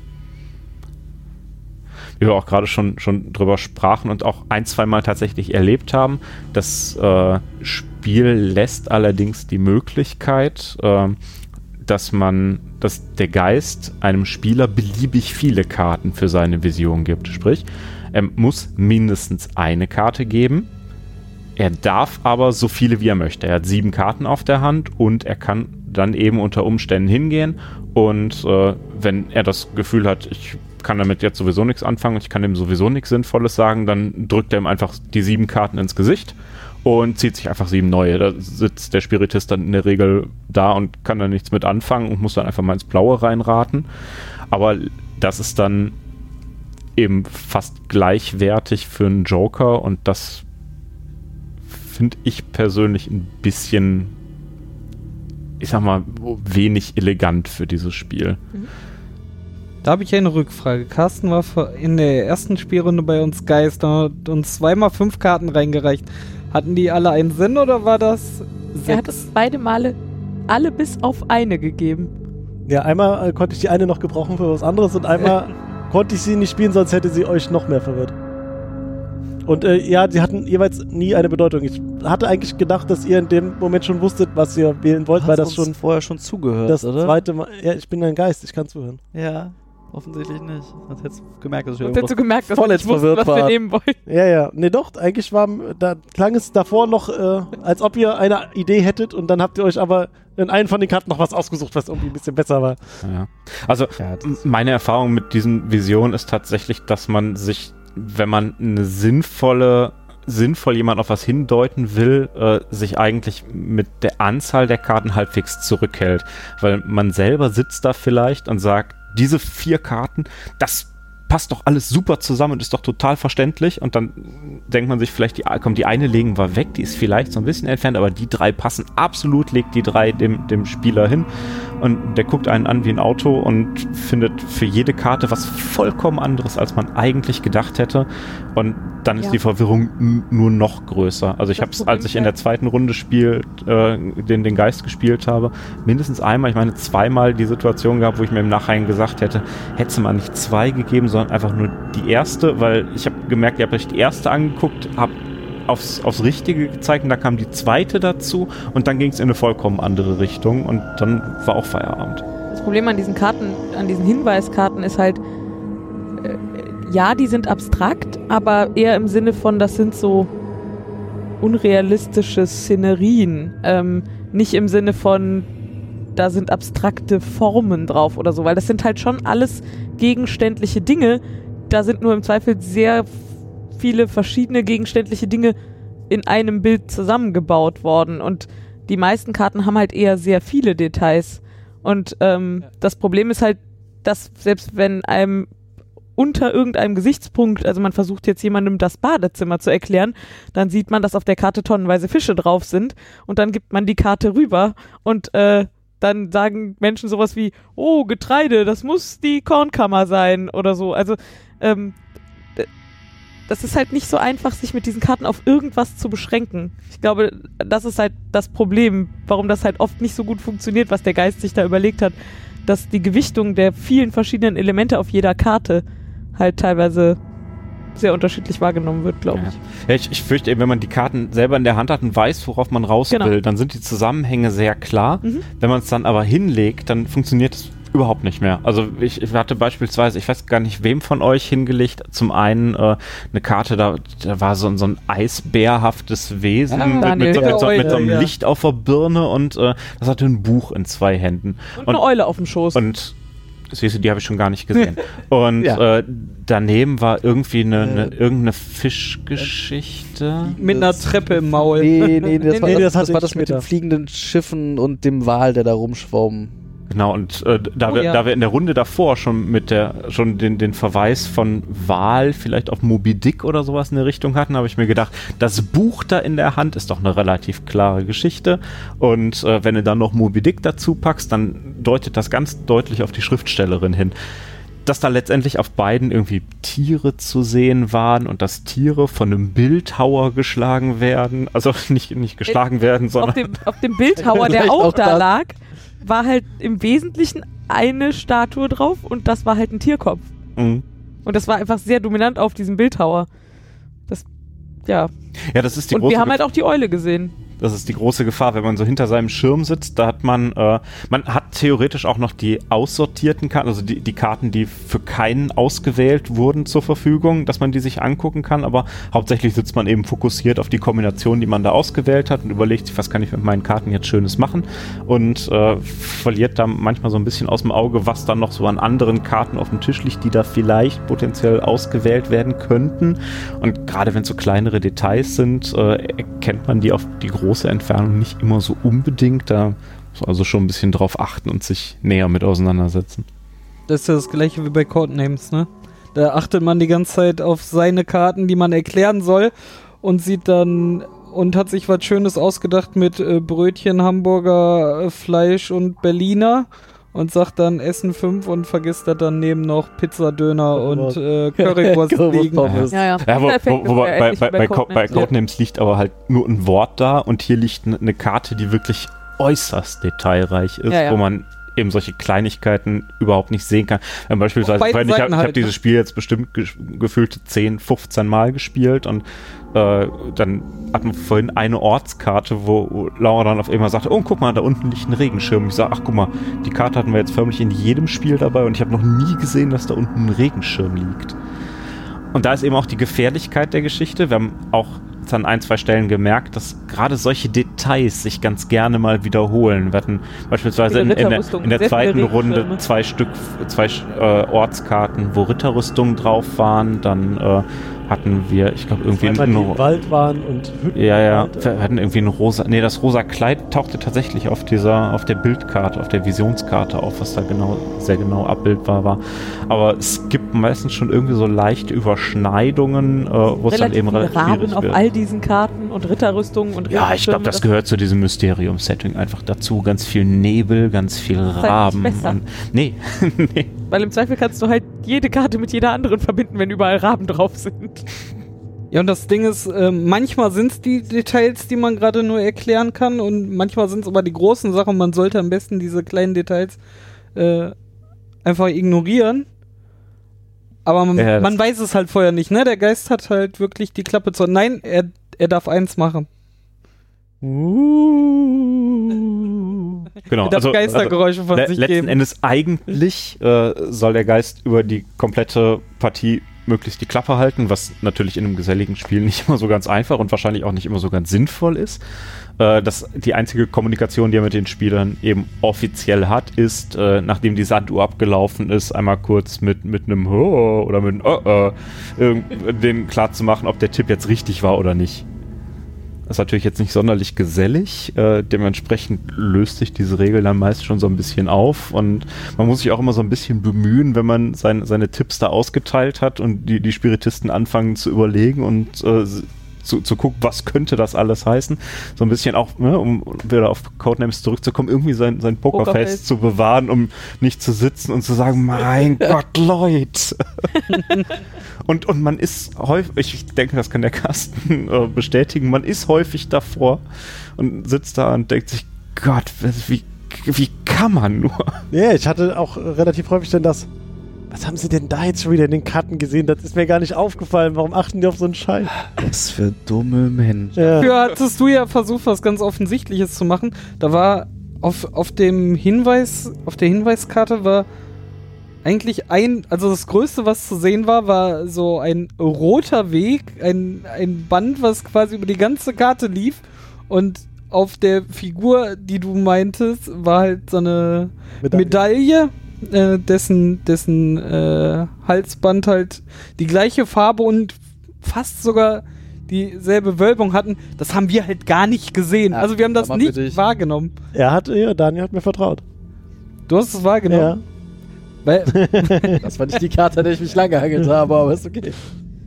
Wie wir auch gerade schon, schon drüber sprachen und auch ein, zwei Mal tatsächlich erlebt haben. Das äh, Spiel lässt allerdings die Möglichkeit, äh, dass man, dass der Geist einem Spieler beliebig viele Karten für seine Vision gibt. Sprich, er muss mindestens eine Karte geben. Er darf aber so viele, wie er möchte. Er hat sieben Karten auf der Hand und er kann dann eben unter Umständen hingehen und äh, wenn er das Gefühl hat, ich kann damit jetzt sowieso nichts anfangen und ich kann ihm sowieso nichts Sinnvolles sagen, dann drückt er ihm einfach die sieben Karten ins Gesicht und zieht sich einfach sieben neue. Da sitzt der Spiritist dann in der Regel da und kann dann nichts mit anfangen und muss dann einfach mal ins Blaue reinraten. Aber das ist dann eben fast gleichwertig für einen Joker und das finde ich persönlich ein bisschen, ich sag mal, wenig elegant für dieses Spiel. Mhm. Da habe ich eine Rückfrage. Carsten war in der ersten Spielrunde bei uns Geist und hat uns zweimal fünf Karten reingereicht. Hatten die alle einen Sinn oder war das sechs? Er hat es beide Male alle bis auf eine gegeben. Ja, einmal äh, konnte ich die eine noch gebrauchen für was anderes und einmal konnte ich sie nicht spielen, sonst hätte sie euch noch mehr verwirrt. Und äh, ja, sie hatten jeweils nie eine Bedeutung. Ich hatte eigentlich gedacht, dass ihr in dem Moment schon wusstet, was ihr wählen wollt, weil das schon vorher schon zugehört, das oder? zweite Mal. Ja, ich bin ein Geist, ich kann zuhören. Ja, offensichtlich nicht. Sonst hättest du gemerkt, dass wir Und hättest du gemerkt, dass wir vollends nicht wussten, verwirrt was wir waren. nehmen wollen. Ja, ja. Nee, doch, eigentlich war, da klang es davor noch, äh, als ob ihr eine Idee hättet und dann habt ihr euch aber in einen von den Karten noch was ausgesucht, was irgendwie ein bisschen besser war. Ja. Also Ja, das- m- meine Erfahrung mit diesen Visionen ist tatsächlich, dass man sich, wenn man eine sinnvolle sinnvoll jemand auf was hindeuten will, äh, sich eigentlich mit der Anzahl der Karten halbwegs zurückhält. Weil man selber sitzt da vielleicht und sagt, diese vier Karten, das passt doch alles super zusammen und ist doch total verständlich. Und dann denkt man sich vielleicht, die, komm, die eine legen wir weg, die ist vielleicht so ein bisschen entfernt, aber die drei passen absolut, legt die drei dem, dem Spieler hin. Und der guckt einen an wie ein Auto und findet für jede Karte was vollkommen anderes, als man eigentlich gedacht hätte. Und dann ist ja. die Verwirrung n- nur noch größer. Also ich habe es, als ich in der zweiten Runde Spiel, äh, den, den Geist gespielt habe, mindestens einmal, ich meine zweimal die Situation gehabt, wo ich mir im Nachhinein gesagt hätte, hätte man nicht zwei gegeben, sondern einfach nur die erste, weil ich habe gemerkt, ihr habt euch die erste angeguckt, habt Aufs, aufs Richtige gezeigt und da kam die zweite dazu und dann ging es in eine vollkommen andere Richtung und dann war auch Feierabend. Das Problem an diesen Karten, an diesen Hinweiskarten ist halt, äh, ja, die sind abstrakt, aber eher im Sinne von, das sind so unrealistische Szenerien. Ähm, nicht im Sinne von, da sind abstrakte Formen drauf oder so, weil das sind halt schon alles gegenständliche Dinge. Da sind nur im Zweifel sehr viele verschiedene gegenständliche Dinge in einem Bild zusammengebaut worden und die meisten Karten haben halt eher sehr viele Details und ähm, ja. das Problem ist halt, dass selbst wenn einem unter irgendeinem Gesichtspunkt, also man versucht jetzt jemandem das Badezimmer zu erklären, dann sieht man, dass auf der Karte tonnenweise Fische drauf sind und dann gibt man die Karte rüber und äh, dann sagen Menschen sowas wie, oh, Getreide, das muss die Kornkammer sein oder so, also ähm, das ist halt nicht so einfach, sich mit diesen Karten auf irgendwas zu beschränken. Ich glaube, das ist halt das Problem, warum das halt oft nicht so gut funktioniert, was der Geist sich da überlegt hat, dass die Gewichtung der vielen verschiedenen Elemente auf jeder Karte halt teilweise sehr unterschiedlich wahrgenommen wird, glaube ich. Ja, ich. Ich fürchte eben, wenn man die Karten selber in der Hand hat und weiß, worauf man raus genau. will, dann sind die Zusammenhänge sehr klar. Mhm. Wenn man es dann aber hinlegt, dann funktioniert es überhaupt nicht mehr. Also ich, ich hatte beispielsweise, ich weiß gar nicht, wem von euch hingelegt, zum einen äh, eine Karte, da, da war so, so ein eisbärhaftes Wesen ah, mit, Daniel, mit, so, mit, so, mit so einem ja. Licht auf der Birne und äh, das hatte ein Buch in zwei Händen. Und, und eine Eule auf dem Schoß. Und siehst du, die habe ich schon gar nicht gesehen. Und ja. äh, daneben war irgendwie eine, eine irgendeine Fischgeschichte. Mit einer Treppe im Maul. Nee, nee, das, nee, war, nee, das, das, das war das mit den fliegenden Schiffen und dem Wal, der da rumschwamm. Genau, und äh, da, oh, wir, ja. da wir in der Runde davor schon mit der schon den, den Verweis von Wal vielleicht auf Moby Dick oder sowas in der Richtung hatten, habe ich mir gedacht, das Buch da in der Hand ist doch eine relativ klare Geschichte und äh, wenn du dann noch Moby Dick dazu packst, dann deutet das ganz deutlich auf die Schriftstellerin hin. Dass da letztendlich auf beiden irgendwie Tiere zu sehen waren und dass Tiere von einem Bildhauer geschlagen werden, also nicht, nicht geschlagen werden, sondern... Auf dem, auf dem Bildhauer, der auch, auch da lag, war halt im Wesentlichen eine Statue drauf und das war halt ein Tierkopf. Mhm. Und das war einfach sehr dominant auf diesem Bildhauer. Das, ja. Ja, das ist die und große wir haben halt auch die Eule gesehen. Das ist die große Gefahr, wenn man so hinter seinem Schirm sitzt, da hat man, äh, man hat theoretisch auch noch die aussortierten Karten, also die, die Karten, die für keinen ausgewählt wurden zur Verfügung, dass man die sich angucken kann, aber hauptsächlich sitzt man eben fokussiert auf die Kombination, die man da ausgewählt hat und überlegt sich, was kann ich mit meinen Karten jetzt Schönes machen und äh, verliert da manchmal so ein bisschen aus dem Auge, was dann noch so an anderen Karten auf dem Tisch liegt, die da vielleicht potenziell ausgewählt werden könnten und gerade wenn es so kleinere Details sind, äh, erkennt man die auf die große Entfernung nicht immer so unbedingt, da muss man also schon ein bisschen drauf achten und sich näher mit auseinandersetzen. Das ist ja das gleiche wie bei Codenames, ne? Da achtet man die ganze Zeit auf seine Karten, die man erklären soll und sieht dann und hat sich was Schönes ausgedacht mit äh, Brötchen, Hamburger, äh, Fleisch und Berliner und sagt dann Essen fünf und vergisst da daneben noch Pizza, Döner und äh, Currywurst liegen. Ja, ja. ja wo, wo, wo bei, bei, bei, bei, Codenames, bei Codenames liegt aber halt nur ein Wort da und hier liegt eine ne Karte, die wirklich äußerst detailreich ist, ja, ja. wo man eben solche Kleinigkeiten überhaupt nicht sehen kann. Ähm, beispielsweise, ich, ich habe halt, hab dieses Spiel jetzt bestimmt ge gefühlte zehn, fünfzehn Mal gespielt und äh, dann hatten wir vorhin eine Ortskarte, wo, wo Laura dann auf einmal sagte, oh, guck mal, da unten liegt ein Regenschirm. Ich sage, ach, guck mal, die Karte hatten wir jetzt förmlich in jedem Spiel dabei und ich habe noch nie gesehen, dass da unten ein Regenschirm liegt. Und da ist eben auch die Gefährlichkeit der Geschichte. Wir haben auch an ein, zwei Stellen gemerkt, dass gerade solche Details sich ganz gerne mal wiederholen. Wir hatten beispielsweise in, in, der, in der zweiten Runde zwei Stück, zwei äh, Ortskarten, wo Ritterrüstungen drauf waren. Dann äh, hatten wir, ich glaube, irgendwie Zweimal, ein, die im Wald waren und Hütten. ja, ja, Wald, wir hatten irgendwie ein rosa, nee, das rosa Kleid tauchte tatsächlich auf dieser, auf der Bildkarte, auf der Visionskarte auf, was da genau, sehr genau abbildbar war. Aber es gibt meistens schon irgendwie so leichte Überschneidungen, äh, wo es dann eben viele relativ Raben schwierig auf wird. all diesen Karten und Ritterrüstungen und Ja, ich glaube, das gehört zu diesem Mysterium-Setting einfach dazu. Ganz viel Nebel, ganz viel halt Raben. nicht besser. Und, nee, nee. Weil im Zweifel kannst du halt jede Karte mit jeder anderen verbinden, wenn überall Raben drauf sind. Ja, und das Ding ist, äh, manchmal sind es die Details, die man gerade nur erklären kann und manchmal sind es aber die großen Sachen. Man sollte am besten diese kleinen Details äh, einfach ignorieren. Aber man, Ja, man weiß es halt vorher nicht, ne? Der Geist hat halt wirklich die Klappe zu... Nein, er, er darf eins machen. Uh. Genau, Er darf Geistergeräusche von le sich letzten geben. Endes eigentlich äh, soll der Geist über die komplette Partie möglichst die Klappe halten, was natürlich in einem geselligen Spiel nicht immer so ganz einfach und wahrscheinlich auch nicht immer so ganz sinnvoll ist. Äh, das, die einzige Kommunikation, die er mit den Spielern eben offiziell hat, ist, äh, nachdem die Sanduhr abgelaufen ist, einmal kurz mit, mit einem Ho oder mit einem Oh, äh, den klar zu machen, ob der Tipp jetzt richtig war oder nicht. Das ist natürlich jetzt nicht sonderlich gesellig, äh, dementsprechend löst sich diese Regel dann meist schon so ein bisschen auf und man muss sich auch immer so ein bisschen bemühen, wenn man sein, seine Tipps da ausgeteilt hat und die, die Spiritisten anfangen zu überlegen und äh, zu, zu gucken, was könnte das alles heißen. So ein bisschen auch, ne, um wieder auf Codenames zurückzukommen, irgendwie sein, sein Pokerface Pokerface. zu bewahren, um nicht zu sitzen und zu sagen, mein Gott, Leute. Und, und man ist häufig, ich denke, das kann der Carsten äh, bestätigen, man ist häufig davor und sitzt da und denkt sich, Gott, wie, wie kann man nur? Ja, ich hatte auch relativ häufig dann das, was haben sie denn da jetzt schon wieder in den Karten gesehen? Das ist mir gar nicht aufgefallen. Warum achten die auf so einen Scheiß? Was für dumme Menschen. Ja. Dafür hattest du ja versucht, was ganz Offensichtliches zu machen. Da war auf, auf dem Hinweis, auf der Hinweiskarte war eigentlich ein, also das Größte, was zu sehen war, war so ein roter Weg, ein, ein Band, was quasi über die ganze Karte lief und auf der Figur, die du meintest, war halt so eine Medaille. Medaille, äh, dessen, dessen äh, Halsband halt die gleiche Farbe und fast sogar dieselbe Wölbung hatten. Das haben wir halt gar nicht gesehen. Ja, also wir haben das aber nicht bitte. wahrgenommen. Er hat, ja, Daniel hat mir vertraut. Du hast es wahrgenommen. Ja. Weil, Das war nicht die Karte, an der ich mich lange gehangelt habe, aber ist okay.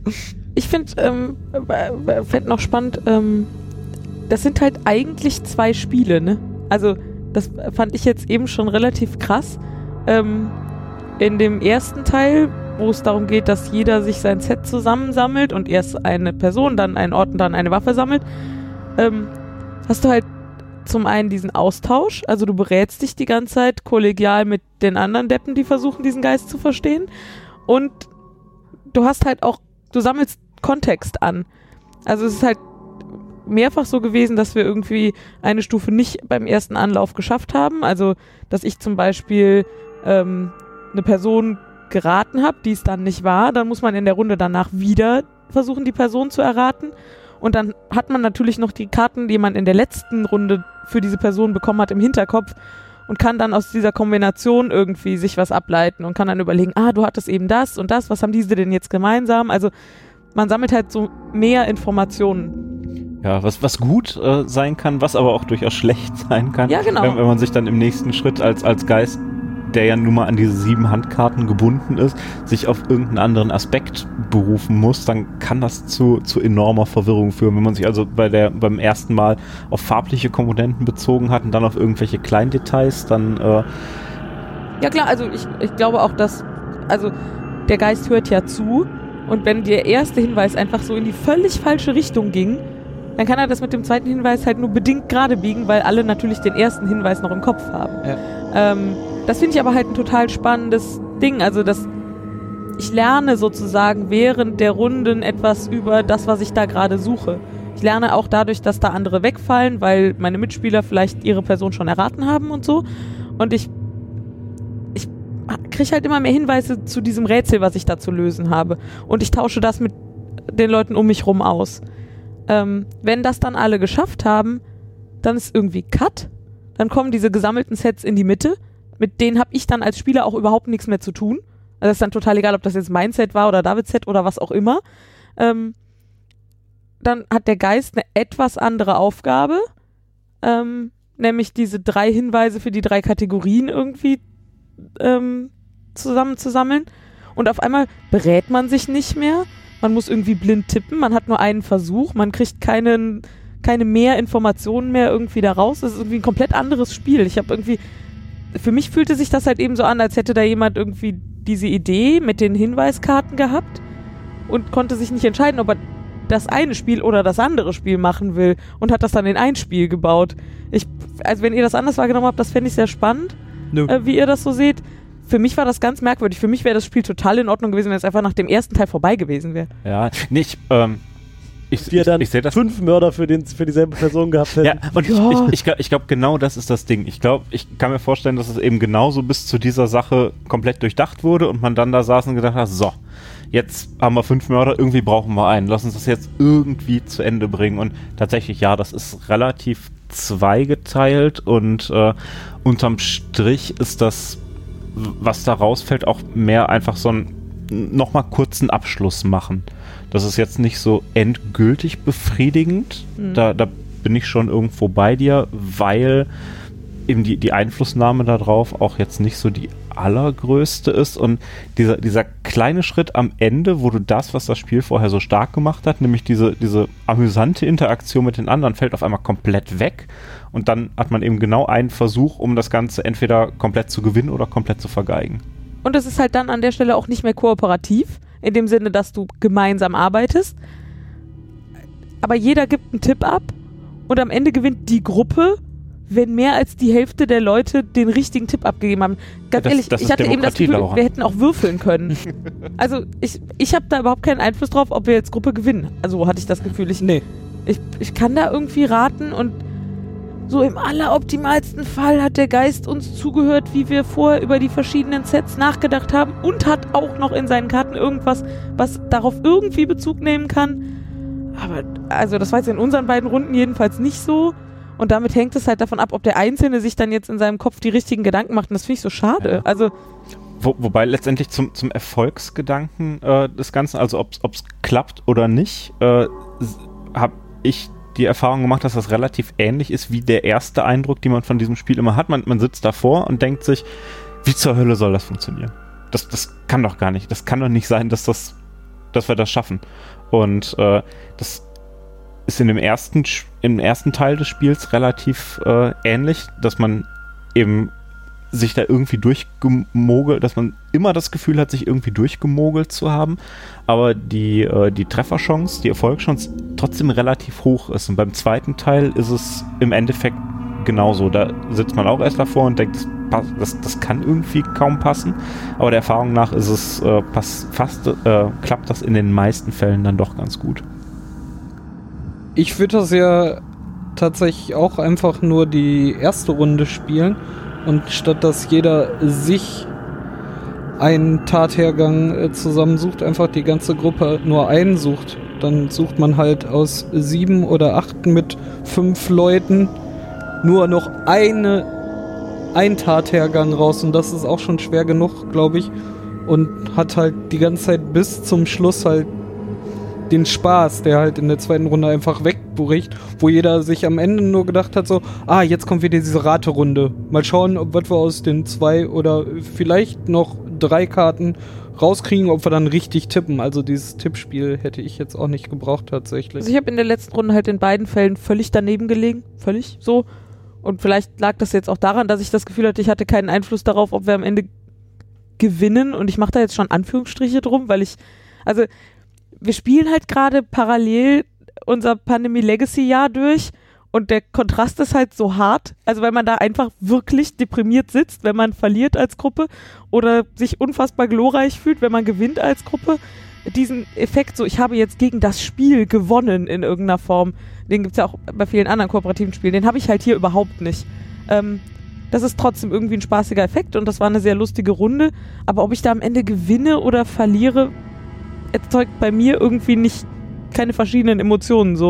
Ich finde ähm, äh, fänd noch spannend, ähm, das sind halt eigentlich zwei Spiele, ne? Also das fand ich jetzt eben schon relativ krass. Ähm, in dem ersten Teil, wo es darum geht, dass jeder sich sein Set zusammensammelt und erst eine Person, dann einen Ort und dann eine Waffe sammelt, ähm, hast du halt zum einen diesen Austausch, also du berätst dich die ganze Zeit kollegial mit den anderen Deppen, die versuchen, diesen Geist zu verstehen, und du hast halt auch, du sammelst Kontext an. Also es ist halt mehrfach so gewesen, dass wir irgendwie eine Stufe nicht beim ersten Anlauf geschafft haben, also dass ich zum Beispiel ähm, eine Person geraten habe, die es dann nicht war, dann muss man in der Runde danach wieder versuchen, die Person zu erraten. Und dann hat man natürlich noch die Karten, die man in der letzten Runde für diese Person bekommen hat, im Hinterkopf und kann dann aus dieser Kombination irgendwie sich was ableiten und kann dann überlegen, ah, du hattest eben das und das, was haben diese denn jetzt gemeinsam? Also man sammelt halt so mehr Informationen. Ja, was, was gut äh, sein kann, was aber auch durchaus schlecht sein kann. Ja, genau. Wenn, wenn man sich dann im nächsten Schritt als, als Geist, der ja nun mal an diese sieben Handkarten gebunden ist, sich auf irgendeinen anderen Aspekt berufen muss, dann kann das zu, zu enormer Verwirrung führen. Wenn man sich also bei der, beim ersten Mal auf farbliche Komponenten bezogen hat und dann auf irgendwelche Kleindetails, dann äh Ja klar, also ich, ich glaube auch, dass, also der Geist hört ja zu, und wenn der erste Hinweis einfach so in die völlig falsche Richtung ging, dann kann er das mit dem zweiten Hinweis halt nur bedingt gerade biegen, weil alle natürlich den ersten Hinweis noch im Kopf haben. Ja. Ähm, das finde ich aber halt ein total spannendes Ding. Also das, ich lerne sozusagen während der Runden etwas über das, was ich da gerade suche. Ich lerne auch dadurch, dass da andere wegfallen, weil meine Mitspieler vielleicht ihre Person schon erraten haben und so. Und ich, ich kriege halt immer mehr Hinweise zu diesem Rätsel, was ich da zu lösen habe. Und ich tausche das mit den Leuten um mich rum aus. Ähm, wenn das dann alle geschafft haben, dann ist irgendwie Cut. Dann kommen diese gesammelten Sets in die Mitte. Mit denen habe ich dann als Spieler auch überhaupt nichts mehr zu tun. Also es ist dann total egal, ob das jetzt mein Set war oder Davids Set oder was auch immer. Ähm, dann hat der Geist eine etwas andere Aufgabe, ähm, nämlich diese drei Hinweise für die drei Kategorien irgendwie ähm, zusammenzusammeln. Und auf einmal berät man sich nicht mehr. Man muss irgendwie blind tippen. Man hat nur einen Versuch. Man kriegt keinen, keine mehr Informationen mehr irgendwie da raus. Das ist irgendwie ein komplett anderes Spiel. Ich habe irgendwie, für mich fühlte sich das halt eben so an, als hätte da jemand irgendwie diese Idee mit den Hinweiskarten gehabt und konnte sich nicht entscheiden, ob er das eine Spiel oder das andere Spiel machen will und hat das dann in ein Spiel gebaut. Ich, also wenn ihr das anders wahrgenommen habt, das fände ich sehr spannend, äh, wie ihr das so seht. Für mich war das ganz merkwürdig. Für mich wäre das Spiel total in Ordnung gewesen, wenn es einfach nach dem ersten Teil vorbei gewesen wäre. Ja, nicht, ähm, ich, die ich, dann ich sehe das. fünf Mörder für, den, für dieselbe Person gehabt hätten. Ja, und Ja. ich, ich, ich, glaub- ich glaube, genau das ist das Ding. Ich glaube, ich kann mir vorstellen, dass es eben genauso bis zu dieser Sache komplett durchdacht wurde und man dann da saß und gedacht hat, so, jetzt haben wir fünf Mörder, irgendwie brauchen wir einen. Lass uns das jetzt irgendwie zu Ende bringen. Und tatsächlich, ja, das ist relativ zweigeteilt und äh, unterm Strich ist das, was da rausfällt, auch mehr einfach so ein nochmal kurzen Abschluss machen. Das ist jetzt nicht so endgültig befriedigend. Mhm. Da, da bin ich schon irgendwo bei dir, weil eben die, die Einflussnahme darauf auch jetzt nicht so die allergrößte ist und dieser, dieser kleine Schritt am Ende, wo du das, was das Spiel vorher so stark gemacht hat, nämlich diese, diese amüsante Interaktion mit den anderen, fällt auf einmal komplett weg und dann hat man eben genau einen Versuch, um das Ganze entweder komplett zu gewinnen oder komplett zu vergeigen. Und es ist halt dann an der Stelle auch nicht mehr kooperativ, in dem Sinne, dass du gemeinsam arbeitest. Aber jeder gibt einen Tipp ab und am Ende gewinnt die Gruppe, wenn mehr als die Hälfte der Leute den richtigen Tipp abgegeben haben. Ganz Das- ehrlich, das ich ist hatte eben das Demokratie, Gefühl, Laura. wir hätten auch würfeln können. Also ich, ich habe da überhaupt keinen Einfluss drauf, ob wir jetzt Gruppe gewinnen. Also hatte ich das Gefühl. Ich, Nee. ich, ich kann da irgendwie raten und so im alleroptimalsten Fall hat der Geist uns zugehört, wie wir vorher über die verschiedenen Sets nachgedacht haben und hat auch noch in seinen Karten irgendwas, was darauf irgendwie Bezug nehmen kann. Aber also das war jetzt in unseren beiden Runden jedenfalls nicht so. Und damit hängt es halt davon ab, ob der Einzelne sich dann jetzt in seinem Kopf die richtigen Gedanken macht. Und das finde ich so schade. Ja. Also Wo, wobei letztendlich zum, zum Erfolgsgedanken äh, des Ganzen, also ob es klappt oder nicht, äh, habe ich die Erfahrung gemacht, dass das relativ ähnlich ist wie der erste Eindruck, den man von diesem Spiel immer hat. Man, man sitzt davor und denkt sich, wie zur Hölle soll das funktionieren? Das, das kann doch gar nicht. Das kann doch nicht sein, dass, das, dass wir das schaffen. Und äh, das ist in dem ersten, im ersten Teil des Spiels relativ äh, ähnlich, dass man eben sich da irgendwie durchgemogelt, dass man immer das Gefühl hat, sich irgendwie durchgemogelt zu haben, aber die, äh, die Trefferchance, die Erfolgschance trotzdem relativ hoch ist. Und beim zweiten Teil ist es im Endeffekt genauso. Da sitzt man auch erst davor und denkt, das, passt, das, das kann irgendwie kaum passen, aber der Erfahrung nach ist es äh, pass, fast, äh, klappt das in den meisten Fällen dann doch ganz gut. Ich würde das ja tatsächlich auch einfach nur die erste Runde spielen und statt dass jeder sich einen Tathergang äh, zusammensucht, einfach die ganze Gruppe nur einen sucht. Dann sucht man halt aus sieben oder acht mit fünf Leuten nur noch eine, ein Tathergang raus und das ist auch schon schwer genug, glaube ich, und hat halt die ganze Zeit bis zum Schluss halt den Spaß, der halt in der zweiten Runde einfach wegbricht, wo jeder sich am Ende nur gedacht hat so, ah, jetzt kommt wieder diese Raterunde. Mal schauen, ob was wir aus den zwei oder vielleicht noch drei Karten rauskriegen, ob wir dann richtig tippen. Also dieses Tippspiel hätte ich jetzt auch nicht gebraucht tatsächlich. Also ich habe in der letzten Runde halt in beiden Fällen völlig daneben gelegen. Völlig so. Und vielleicht lag das jetzt auch daran, dass ich das Gefühl hatte, ich hatte keinen Einfluss darauf, ob wir am Ende gewinnen. Und ich mache da jetzt schon Anführungsstriche drum, weil ich, also wir spielen halt gerade parallel unser Pandemie-Legacy-Jahr durch und der Kontrast ist halt so hart, also weil man da einfach wirklich deprimiert sitzt, wenn man verliert als Gruppe oder sich unfassbar glorreich fühlt, wenn man gewinnt als Gruppe. Diesen Effekt so, ich habe jetzt gegen das Spiel gewonnen in irgendeiner Form, den gibt es ja auch bei vielen anderen kooperativen Spielen, den habe ich halt hier überhaupt nicht. Ähm, das ist trotzdem irgendwie ein spaßiger Effekt und das war eine sehr lustige Runde, aber ob ich da am Ende gewinne oder verliere, erzeugt bei mir irgendwie nicht keine verschiedenen Emotionen so.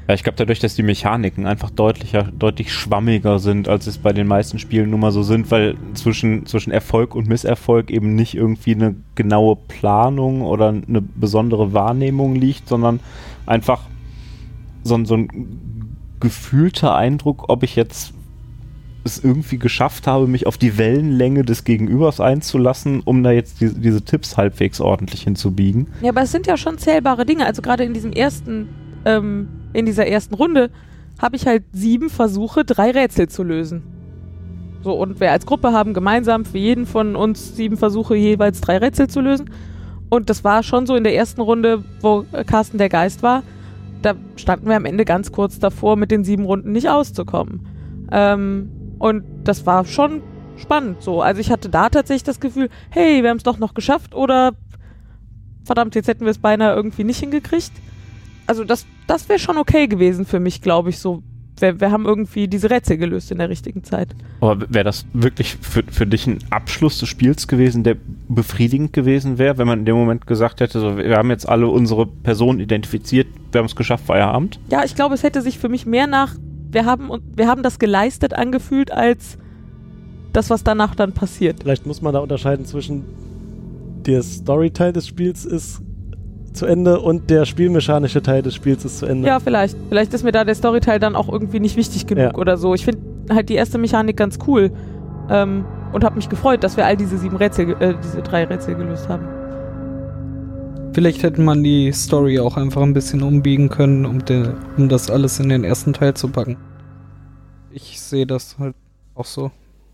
Ja, ich glaube dadurch, dass die Mechaniken einfach deutlicher, deutlich schwammiger sind, als es bei den meisten Spielen nun mal so sind, weil zwischen, zwischen Erfolg und Misserfolg eben nicht irgendwie eine genaue Planung oder eine besondere Wahrnehmung liegt, sondern einfach so, ein- so ein gefühlter Eindruck, ob ich jetzt es irgendwie geschafft habe, mich auf die Wellenlänge des Gegenübers einzulassen, um da jetzt die, diese Tipps halbwegs ordentlich hinzubiegen. Ja, aber es sind ja schon zählbare Dinge. Also gerade in diesem ersten, ähm, in dieser ersten Runde habe ich halt sieben Versuche, drei Rätsel zu lösen. So, und wir als Gruppe haben gemeinsam für jeden von uns sieben Versuche, jeweils drei Rätsel zu lösen. Und das war schon so in der ersten Runde, wo Carsten der Geist war, da standen wir am Ende ganz kurz davor, mit den sieben Runden nicht auszukommen. Ähm, und das war schon spannend so. Also ich hatte da tatsächlich das Gefühl, hey, wir haben es doch noch geschafft oder verdammt, jetzt hätten wir es beinahe irgendwie nicht hingekriegt. Also das, das wäre schon okay gewesen für mich, glaube ich, so. Wir, wir haben irgendwie diese Rätsel gelöst in der richtigen Zeit. Aber wäre das wirklich für, für dich ein Abschluss des Spiels gewesen, der befriedigend gewesen wäre, wenn man in dem Moment gesagt hätte, so, wir haben jetzt alle unsere Personen identifiziert, wir haben es geschafft, Feierabend? Ja, ich glaube, es hätte sich für mich mehr nach, wir haben, wir haben das geleistet angefühlt, als das, was danach dann passiert. Vielleicht muss man da unterscheiden zwischen der Story-Teil des Spiels ist zu Ende und der spielmechanische Teil des Spiels ist zu Ende. Ja, vielleicht. Vielleicht ist mir da der Storyteil dann auch irgendwie nicht wichtig genug Ja. oder so. Ich finde halt die erste Mechanik ganz cool ähm, und habe mich gefreut, dass wir all diese sieben Rätsel, ge- äh, diese drei Rätsel gelöst haben. Vielleicht hätte man die Story auch einfach ein bisschen umbiegen können, um, den, um das alles in den ersten Teil zu packen. Ich sehe das halt auch so.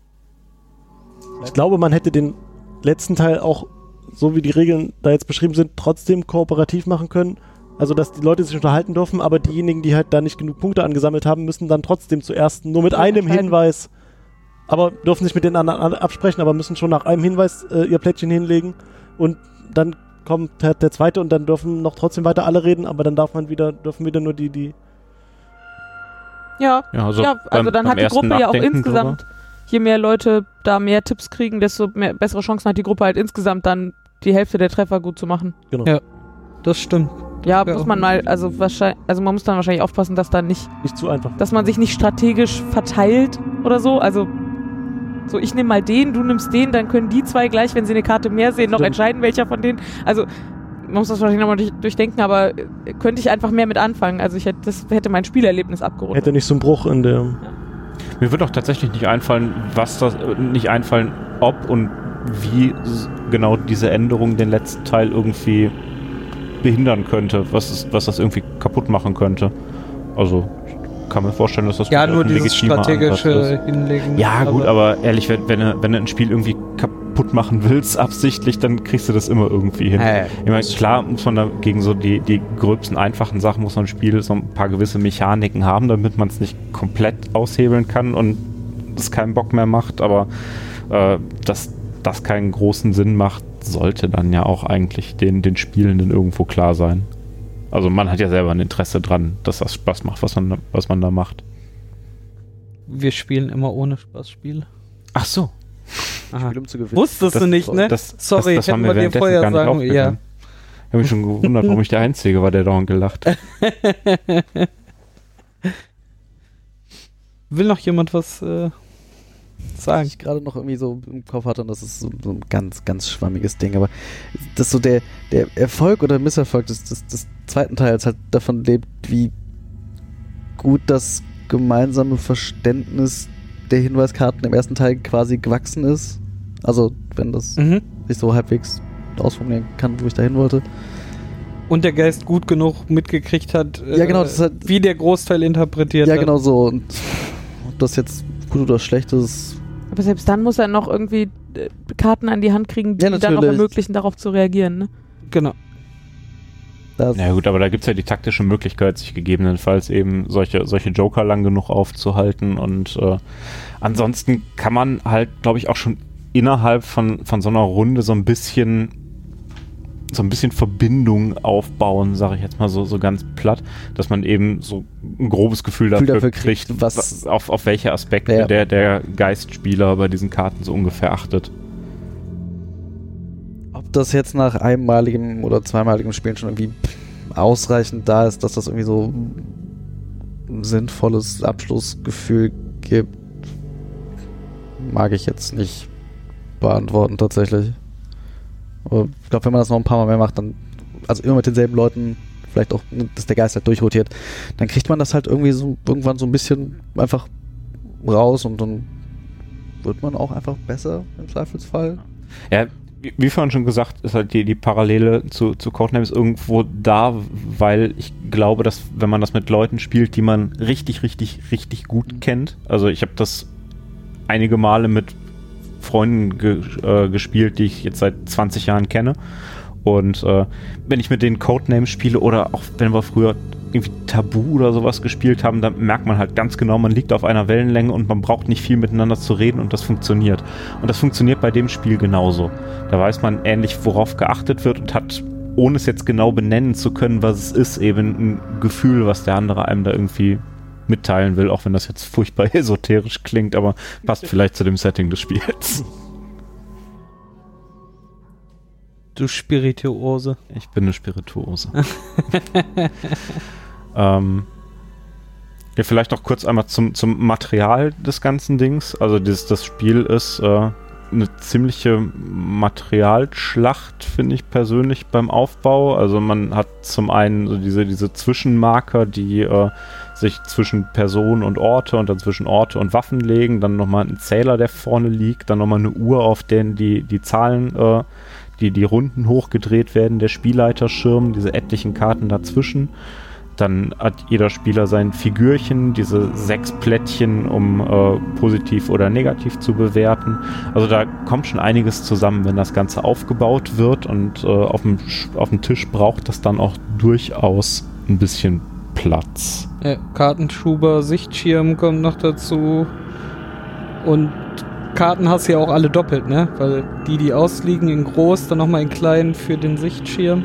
Ich glaube, man hätte den letzten Teil auch, so wie die Regeln da jetzt beschrieben sind, trotzdem kooperativ machen können. Also, dass die Leute sich unterhalten dürfen, aber diejenigen, die halt da nicht genug Punkte angesammelt haben, müssen dann trotzdem zuerst nur mit Ja, einem entscheiden. Hinweis, aber dürfen sich mit den anderen an- absprechen, aber müssen schon nach einem Hinweis äh, ihr Plättchen hinlegen und dann kommt halt der zweite und dann dürfen noch trotzdem weiter alle reden, aber dann darf man wieder, dürfen wieder nur die, die Ja, Ja, also, ja, also beim- dann beim hat die ersten Gruppe ja auch Nachdenken insgesamt, drüber. je mehr Leute da mehr Tipps kriegen, desto mehr, bessere Chancen hat die Gruppe halt insgesamt dann die Hälfte der Treffer gut zu machen. Das stimmt. Ja, Ja. muss man mal, also wahrscheinlich, also man muss dann wahrscheinlich aufpassen, dass da nicht, nicht zu einfach. dass man sich nicht strategisch verteilt oder so. Also so, ich nehme mal den, du nimmst den, dann können die zwei gleich, wenn sie eine Karte mehr sehen, noch Stimmt. entscheiden, welcher von denen. Also man muss das wahrscheinlich nochmal durch, durchdenken, aber äh, könnte ich einfach mehr mit anfangen. Also ich hätte, das hätte mein Spielerlebnis abgerundet. Hätte nicht so einen Bruch in der. Mir wird auch tatsächlich nicht einfallen, was das, äh, nicht einfallen, ob und wie s- genau diese Änderung den letzten Teil irgendwie behindern könnte, was, es, was das irgendwie kaputt machen könnte. Also, ich kann mir vorstellen, dass das Ja, durchaus nur ein dieses legitimer Ansatz strategische ist. Hinlegen. Ja, gut, aber ehrlich, wenn, wenn, du, wenn du ein Spiel irgendwie kaputt machen willst, absichtlich, dann kriegst du das immer irgendwie hin. Äh, Ich meine, klar muss man da gegen so die, die gröbsten, einfachen Sachen, muss man im Spiel so ein paar gewisse Mechaniken haben, damit man es nicht komplett aushebeln kann und es keinen Bock mehr macht, aber äh, dass das keinen großen Sinn macht, sollte dann ja auch eigentlich den, den Spielenden irgendwo klar sein. Also man hat ja selber ein Interesse dran, dass das Spaß macht, was man, was man da macht. wir spielen immer ohne Spaßspiele. Ach so. Aha. Spiel, um zu gewinnen. Wusstest Das- du nicht, ne? das- Sorry, das, das war hätten mir wir dir währenddessen vorher gar nicht sagen, ja. aufgegangen. Ich habe mich schon gewundert, warum ich der Einzige war, der dauernd gelacht hat. Will noch jemand was äh, Was sagen? ich gerade noch irgendwie so im Kopf hatte, und das ist so, so ein ganz, ganz schwammiges Ding, aber das so der, der Erfolg oder Misserfolg des, des, des zweiten Teils halt davon lebt, wie gut das gemeinsame Verständnis der Hinweiskarten im ersten Teil quasi gewachsen ist. Also, wenn das Mhm. sich so halbwegs ausformulieren kann, wo ich dahin wollte. Und der Geist gut genug mitgekriegt hat, äh, Ja, genau, das ist halt- wie der Großteil interpretiert Ja, hat. genau so. Und ob das jetzt gut oder schlecht ist, Aber selbst dann muss er noch irgendwie äh, Karten an die Hand kriegen, die Ja, dann noch natürlich. ermöglichen, darauf zu reagieren. Ne? Genau. das Na gut, aber da gibt es ja die taktische Möglichkeit, sich gegebenenfalls eben solche, solche Joker lang genug aufzuhalten und äh, ansonsten kann man halt, glaube ich, auch schon innerhalb von, von so einer Runde so ein bisschen so ein bisschen Verbindung aufbauen, sage ich jetzt mal so, so ganz platt, dass man eben so ein grobes Gefühl dafür, dafür kriegt, kriegt, was- was, auf, auf welche Aspekte Ja. der, der Geistspieler bei diesen Karten so ungefähr achtet. ob das jetzt nach einmaligem oder zweimaligem Spielen schon irgendwie ausreichend da ist, dass das irgendwie so ein sinnvolles Abschlussgefühl gibt, mag ich jetzt nicht beantworten tatsächlich. Aber ich glaube, wenn man das noch ein paar Mal mehr macht, dann, also immer mit denselben Leuten, vielleicht auch, dass der Geist halt durchrotiert, dann kriegt man das halt irgendwie so irgendwann so ein bisschen einfach raus und dann wird man auch einfach besser im Zweifelsfall. Ja, wie, wie vorhin schon gesagt, ist halt die, die Parallele zu, zu Codenames irgendwo da, weil ich glaube, dass wenn man das mit Leuten spielt, die man richtig, richtig, richtig gut kennt, also ich habe das einige Male mit Freunden ge, äh, gespielt, die ich jetzt seit zwanzig Jahren kenne, und äh, wenn ich mit denen Codenames spiele oder auch wenn wir früher irgendwie Tabu oder sowas gespielt haben, dann merkt man halt ganz genau, man liegt auf einer Wellenlänge und man braucht nicht viel miteinander zu reden und das funktioniert. Und das funktioniert bei dem Spiel genauso. Da weiß man ähnlich, worauf geachtet wird und hat, ohne es jetzt genau benennen zu können, was es ist, eben ein Gefühl, was der andere einem da irgendwie mitteilen will, auch wenn das jetzt furchtbar esoterisch klingt, aber passt vielleicht zu dem Setting des Spiels. Du Spirituose. Ich bin eine Spirituose. ähm, ja, vielleicht noch kurz einmal zum, zum Material des ganzen Dings. Also dieses, das Spiel ist äh, eine ziemliche Materialschlacht, finde ich persönlich beim Aufbau. Also man hat zum einen so diese, diese Zwischenmarker, die äh, sich zwischen Personen und Orte und dann zwischen Orte und Waffen legen. Dann nochmal ein Zähler, der vorne liegt. Dann nochmal eine Uhr, auf der die, die Zahlen äh, die die Runden hochgedreht werden, der Spielleiterschirm, diese etlichen Karten dazwischen. Dann hat jeder Spieler sein Figürchen, diese sechs Plättchen, um äh, positiv oder negativ zu bewerten. Also da kommt schon einiges zusammen, wenn das Ganze aufgebaut wird, und äh, auf dem, auf dem Tisch braucht das dann auch durchaus ein bisschen Platz. Ja, Kartenschuber, Sichtschirm kommt noch dazu, und Karten hast du ja auch alle doppelt, ne? Weil die, die ausliegen in groß, dann nochmal in klein für den Sichtschirm.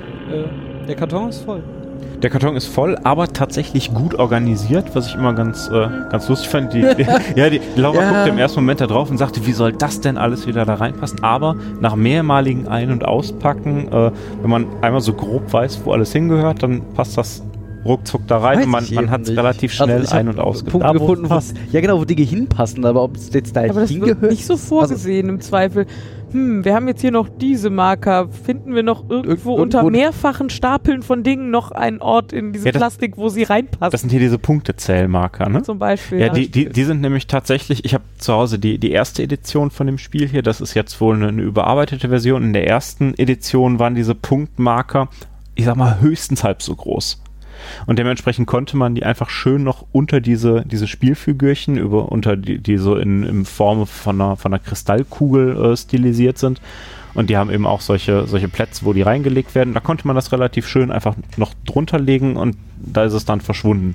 Äh, der Karton ist voll. Der Karton ist voll, aber tatsächlich gut organisiert, was ich immer ganz, äh, ganz lustig fand. Die, die, ja, die Laura Ja. guckte im ersten Moment da drauf und sagte, wie soll das denn alles wieder da reinpassen? Aber nach mehrmaligen Ein- und Auspacken, äh, wenn man einmal so grob weiß, wo alles hingehört, dann passt das ruckzuck da rein Weiß und man, ich man eben hat es nicht. relativ schnell Also ich hab ein- und ausgepackt. Punkte Da, wo gefunden, es wo, passt. ja genau, wo Dinge hinpassen, aber ob es jetzt da Aber das hingehört. wird nicht so vorgesehen im Zweifel. Hm, wir haben jetzt hier noch diese Marker. Finden wir noch irgendwo Irg- unter irgendwo- mehrfachen Stapeln von Dingen noch einen Ort in diesem Ja, das- Plastik, wo sie reinpassen? Das sind hier diese Punktezählmarker, ne? Zum Beispiel. Ja, die, die, die sind nämlich tatsächlich, ich habe zu Hause die, die erste Edition von dem Spiel hier, das ist jetzt wohl eine, eine überarbeitete Version. In der ersten Edition waren diese Punktmarker, ich sag mal, höchstens halb so groß. Und dementsprechend konnte man die einfach schön noch unter diese, diese Spielfigürchen, über, unter die, die so in, in Form von einer, von einer Kristallkugel äh, stilisiert sind. Und die haben eben auch solche, solche Plätze, wo die reingelegt werden. Da konnte man das relativ schön einfach noch drunter legen und da ist es dann verschwunden.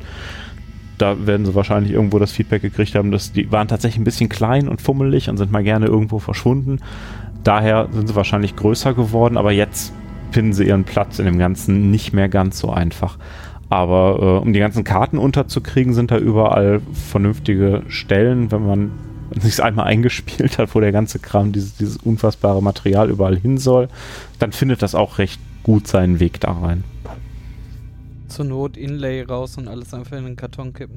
Da werden sie wahrscheinlich irgendwo das Feedback gekriegt haben, dass die waren tatsächlich ein bisschen klein und fummelig und sind mal gerne irgendwo verschwunden. Daher sind sie wahrscheinlich größer geworden, aber jetzt finden sie ihren Platz in dem Ganzen nicht mehr ganz so einfach. Aber äh, um die ganzen Karten unterzukriegen, sind da überall vernünftige Stellen, wenn man sich einmal eingespielt hat, wo der ganze Kram, dieses, dieses unfassbare Material überall hin soll, dann findet das auch recht gut seinen Weg da rein. Zur Not Inlay raus und alles einfach in den Karton kippen.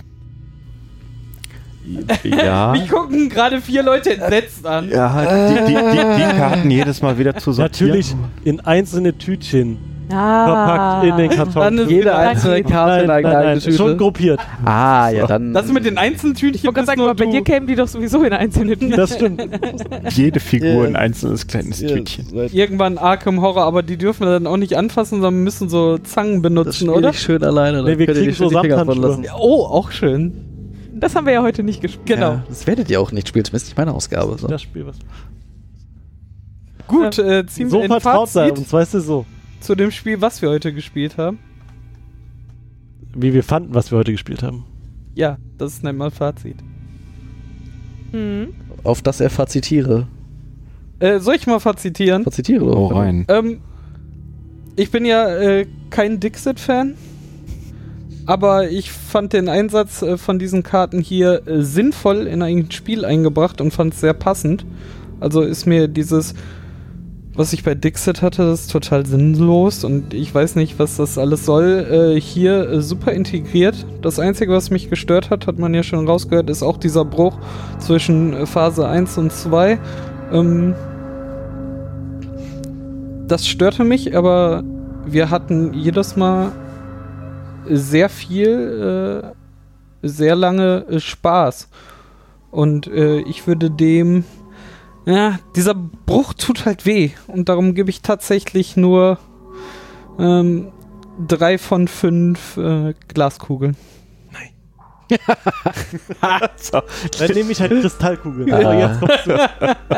Ja, Mich gucken gerade vier Leute entsetzt an. ja die, die, die, die Karten jedes Mal wieder zu sortieren. Natürlich in einzelne Tütchen ah. verpackt in den Karton. Dann ist Jede wieder einzelne ein- Karte Nein, in nein, einer nein, eigenen schon Tüte. gruppiert. Ah, ja, dann. Das mit den Einzeltütchen Ich wollte gerade sagen, nur aber bei du. dir kämen die doch sowieso in einzelne Tüten. Das stimmt. Jede Figur Ja. ein einzelnes kleines Tütchen. Irgendwann Arkham Horror, aber die dürfen wir dann auch nicht anfassen, sondern müssen so Zangen das benutzen, spiel oder? ich schön alleine. Nee, dann wir könnt ihr kriegen die schön so die Finger von Samthandschuhe. lassen. Ja, oh, auch schön. Das haben wir ja heute nicht gespielt. Genau. Ja, das werdet ihr auch nicht spielen, zumindest nicht meine Ausgabe. So. Das Spiel was. Gut, äh, ziehen So wir ein vertraut sein, Fazit uns weißt du so. zu dem Spiel, was wir heute gespielt haben. Wie wir fanden, was wir heute gespielt haben. Ja, das nennt man Fazit. Mhm. Auf das er fazitiere. Äh, soll ich mal fazitieren? Fazitiere doch. Oh rein. Ähm, ich bin ja äh, kein Dixit-Fan, aber ich fand den Einsatz äh, von diesen Karten hier äh, sinnvoll in ein Spiel eingebracht und fand es sehr passend. Also ist mir dieses was ich bei Dixit hatte, ist total sinnlos und ich weiß nicht, was das alles soll. Äh, hier äh, super integriert. Das Einzige, was mich gestört hat, hat man ja schon rausgehört, ist auch dieser Bruch zwischen äh, Phase eins und zwei. Ähm, das störte mich, aber wir hatten jedes Mal sehr viel, äh, sehr lange äh, Spaß. Und äh, ich würde dem, ja, dieser Bruch tut halt weh. Und darum gebe ich tatsächlich nur ähm, drei von fünf äh, Glaskugeln. Nein. so. Dann nehme ich halt Kristallkugeln. Aber jetzt kommst du.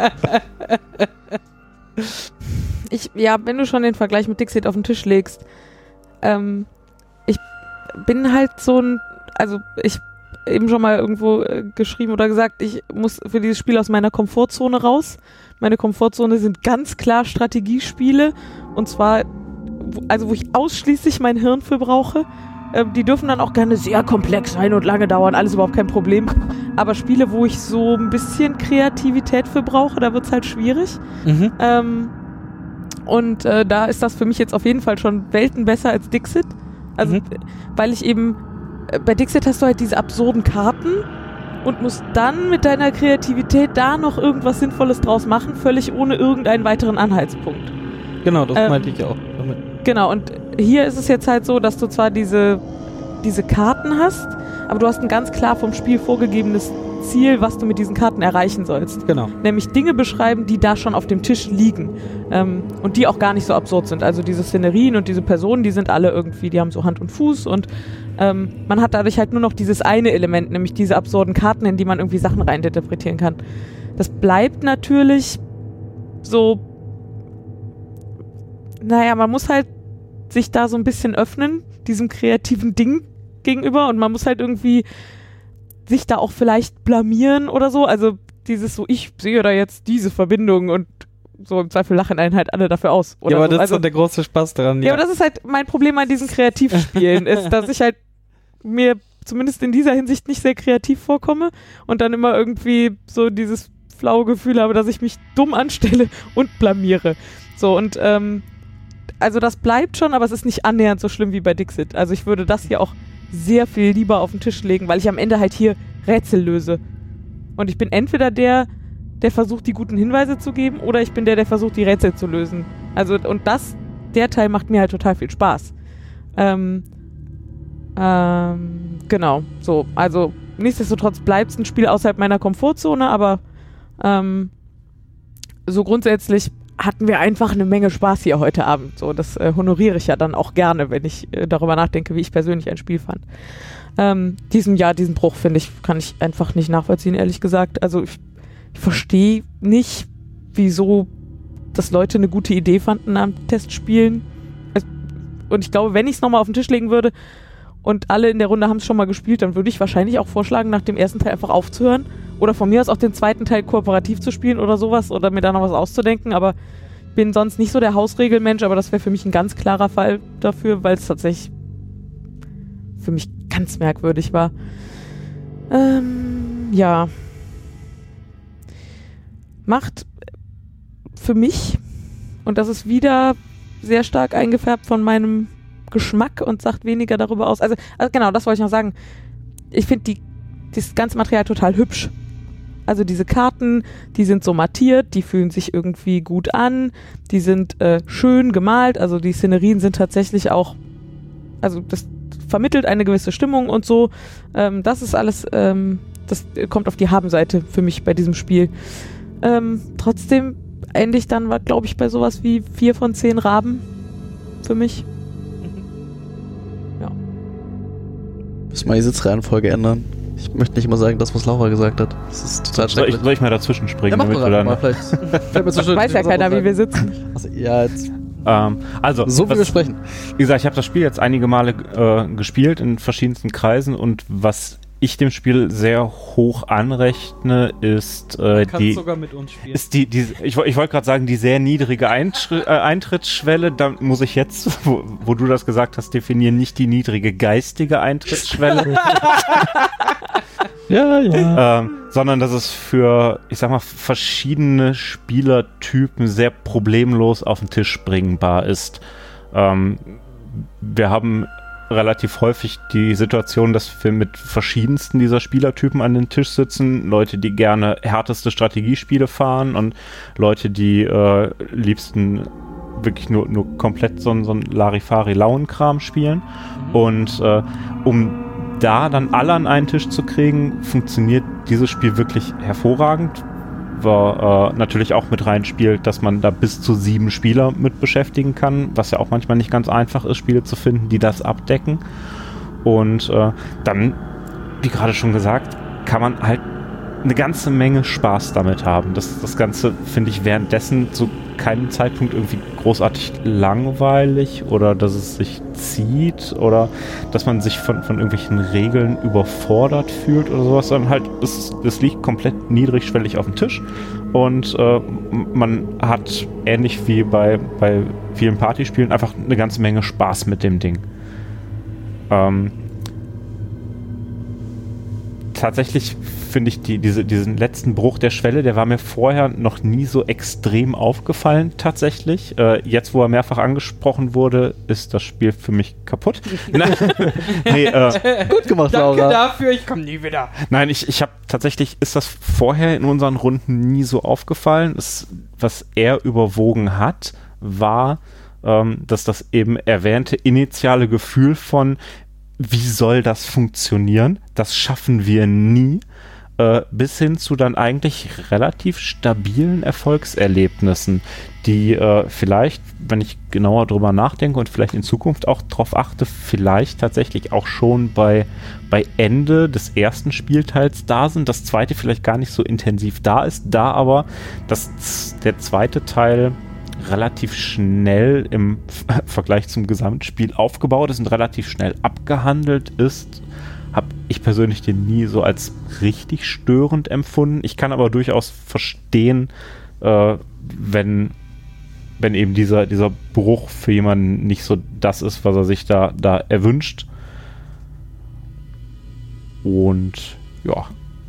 Ich, ja, wenn du schon den Vergleich mit Dixit auf den Tisch legst, ähm, ich bin halt so ein, also ich eben schon mal irgendwo äh, geschrieben oder gesagt, ich muss für dieses Spiel aus meiner Komfortzone raus. Meine Komfortzone sind ganz klar Strategiespiele und zwar, wo, also wo ich ausschließlich mein Hirn für brauche. Äh, die dürfen dann auch gerne sehr komplex sein und lange dauern, alles überhaupt kein Problem. Aber Spiele, wo ich so ein bisschen Kreativität für brauche, da wird es halt schwierig. Mhm. Ähm, und äh, da ist das für mich jetzt auf jeden Fall schon Welten besser als Dixit. Also, mhm. weil ich eben bei Dixit hast du halt diese absurden Karten und musst dann mit deiner Kreativität da noch irgendwas Sinnvolles draus machen, völlig ohne irgendeinen weiteren Anhaltspunkt. Genau, das ähm, meinte ich auch damit. Genau, und hier ist es jetzt halt so, dass du zwar diese, diese Karten hast, aber du hast ein ganz klar vom Spiel vorgegebenes Ziel, was du mit diesen Karten erreichen sollst. Genau. Nämlich Dinge beschreiben, die da schon auf dem Tisch liegen ähm, und die auch gar nicht so absurd sind. Also diese Szenerien und diese Personen, die sind alle irgendwie, die haben so Hand und Fuß und ähm, man hat dadurch halt nur noch dieses eine Element, nämlich diese absurden Karten, in die man irgendwie Sachen reininterpretieren kann. Das bleibt natürlich so, naja, man muss halt sich da so ein bisschen öffnen, diesem kreativen Ding gegenüber und man muss halt irgendwie sich da auch vielleicht blamieren oder so, also dieses so, ich sehe da jetzt diese Verbindung und so im Zweifel lachen einen halt alle dafür aus. Oder ja, aber so. das also, ist so der große Spaß daran. Ja. ja, aber das ist halt mein Problem an diesen Kreativspielen, ist, dass ich halt mir zumindest in dieser Hinsicht nicht sehr kreativ vorkomme und dann immer irgendwie so dieses flaue Gefühl habe, dass ich mich dumm anstelle und blamiere. So, und ähm, also das bleibt schon, aber es ist nicht annähernd so schlimm wie bei Dixit. Also ich würde das hier auch sehr viel lieber auf den Tisch legen, weil ich am Ende halt hier Rätsel löse. Und ich bin entweder der, der versucht, die guten Hinweise zu geben, oder ich bin der, der versucht, die Rätsel zu lösen. Also, und das, der Teil macht mir halt total viel Spaß. Ähm, ähm, genau, so. Also, nichtsdestotrotz bleibt es ein Spiel außerhalb meiner Komfortzone, aber ähm, so grundsätzlich hatten wir einfach eine Menge Spaß hier heute Abend. So, das äh, honoriere ich ja dann auch gerne, wenn ich äh, darüber nachdenke, wie ich persönlich ein Spiel fand. Ähm, diesen, ja, diesen Bruch, finde ich, kann ich einfach nicht nachvollziehen, ehrlich gesagt. Also ich, ich verstehe nicht, wieso das Leute eine gute Idee fanden am Testspielen. Es, und ich glaube, wenn ich es nochmal auf den Tisch legen würde und alle in der Runde haben es schon mal gespielt, dann würde ich wahrscheinlich auch vorschlagen, nach dem ersten Teil einfach aufzuhören oder von mir aus auch den zweiten Teil kooperativ zu spielen oder sowas oder mir da noch was auszudenken, aber ich bin sonst nicht so der Hausregelmensch, aber das wäre für mich ein ganz klarer Fall dafür, weil es tatsächlich für mich ganz merkwürdig war. Ähm, ja. Macht für mich, und das ist wieder sehr stark eingefärbt von meinem Geschmack und sagt weniger darüber aus. Also, also genau, das wollte ich noch sagen. Ich finde die, das ganze Material total hübsch. Also diese Karten, die sind so mattiert, die fühlen sich irgendwie gut an, die sind äh, schön gemalt, also die Szenerien sind tatsächlich auch, also das vermittelt eine gewisse Stimmung und so. Ähm, das ist alles, ähm, das kommt auf die Habenseite für mich bei diesem Spiel. Ähm, trotzdem endlich dann war, glaube ich, bei sowas wie vier von zehn Raben für mich. Ja. Müssen wir die Sitzreihenfolge ändern? Ich möchte nicht immer sagen, das, was Laura gesagt hat. Das ist total soll, ich, soll ich mal dazwischen springen? Ja, mach damit doch wir dann mal, vielleicht. Weiß ja keiner, wie wir sitzen. Also, ja, jetzt. Ähm, also, so wie was, wir sprechen. Wie gesagt, ich habe das Spiel jetzt einige Male äh, gespielt in verschiedensten Kreisen und was ich dem Spiel sehr hoch anrechne, ist äh, die, sogar mit uns spielen. ist die, die ich, ich wollte gerade sagen, die sehr niedrige Eintr- äh, Eintrittsschwelle. Da muss ich jetzt, wo, wo du das gesagt hast, definieren, nicht die niedrige geistige Eintrittsschwelle. Ja, ja. Ähm, sondern dass es für, ich sag mal, verschiedene Spielertypen sehr problemlos auf den Tisch bringbar ist. Ähm, wir haben relativ häufig die Situation, dass wir mit verschiedensten dieser Spielertypen an den Tisch sitzen. Leute, die gerne härteste Strategiespiele fahren und Leute, die äh, liebsten wirklich nur, nur komplett so, so ein Larifari-Lauenkram spielen. Und äh, um da dann alle an einen Tisch zu kriegen, funktioniert dieses Spiel wirklich hervorragend. War äh, natürlich auch mit reinspielt, dass man da bis zu sieben Spieler mit beschäftigen kann, was ja auch manchmal nicht ganz einfach ist, Spiele zu finden, die das abdecken. Und äh, dann, wie gerade schon gesagt, kann man halt eine ganze Menge Spaß damit haben. Das, das Ganze finde ich währenddessen zu keinem Zeitpunkt irgendwie großartig langweilig oder dass es sich zieht oder dass man sich von, von irgendwelchen Regeln überfordert fühlt oder sowas, sondern halt, es, es liegt komplett niedrigschwellig auf dem Tisch und äh, man hat ähnlich wie bei, bei vielen Partyspielen einfach eine ganze Menge Spaß mit dem Ding. Ähm, tatsächlich finde ich die, diese, diesen letzten Bruch der Schwelle, der war mir vorher noch nie so extrem aufgefallen tatsächlich. Äh, jetzt, wo er mehrfach angesprochen wurde, ist das Spiel für mich kaputt. nee, äh, Gut gemacht, Danke Laura. dafür, ich komme nie wieder. Nein, ich, ich habe tatsächlich, ist das vorher in unseren Runden nie so aufgefallen. Es, was er überwogen hat, war, ähm, dass das eben erwähnte initiale Gefühl von, wie soll das funktionieren? Das schaffen wir nie. Äh, bis hin zu dann eigentlich relativ stabilen Erfolgserlebnissen, die äh, vielleicht, wenn ich genauer drüber nachdenke und vielleicht in Zukunft auch drauf achte, vielleicht tatsächlich auch schon bei, bei Ende des ersten Spielteils da sind, das zweite vielleicht gar nicht so intensiv da ist, da aber dass der zweite Teil relativ schnell im Vergleich zum Gesamtspiel aufgebaut ist und relativ schnell abgehandelt ist, habe ich persönlich den nie so als richtig störend empfunden. Ich kann aber durchaus verstehen, äh, wenn, wenn eben dieser, dieser Bruch für jemanden nicht so das ist, was er sich da, da erwünscht. Und ja,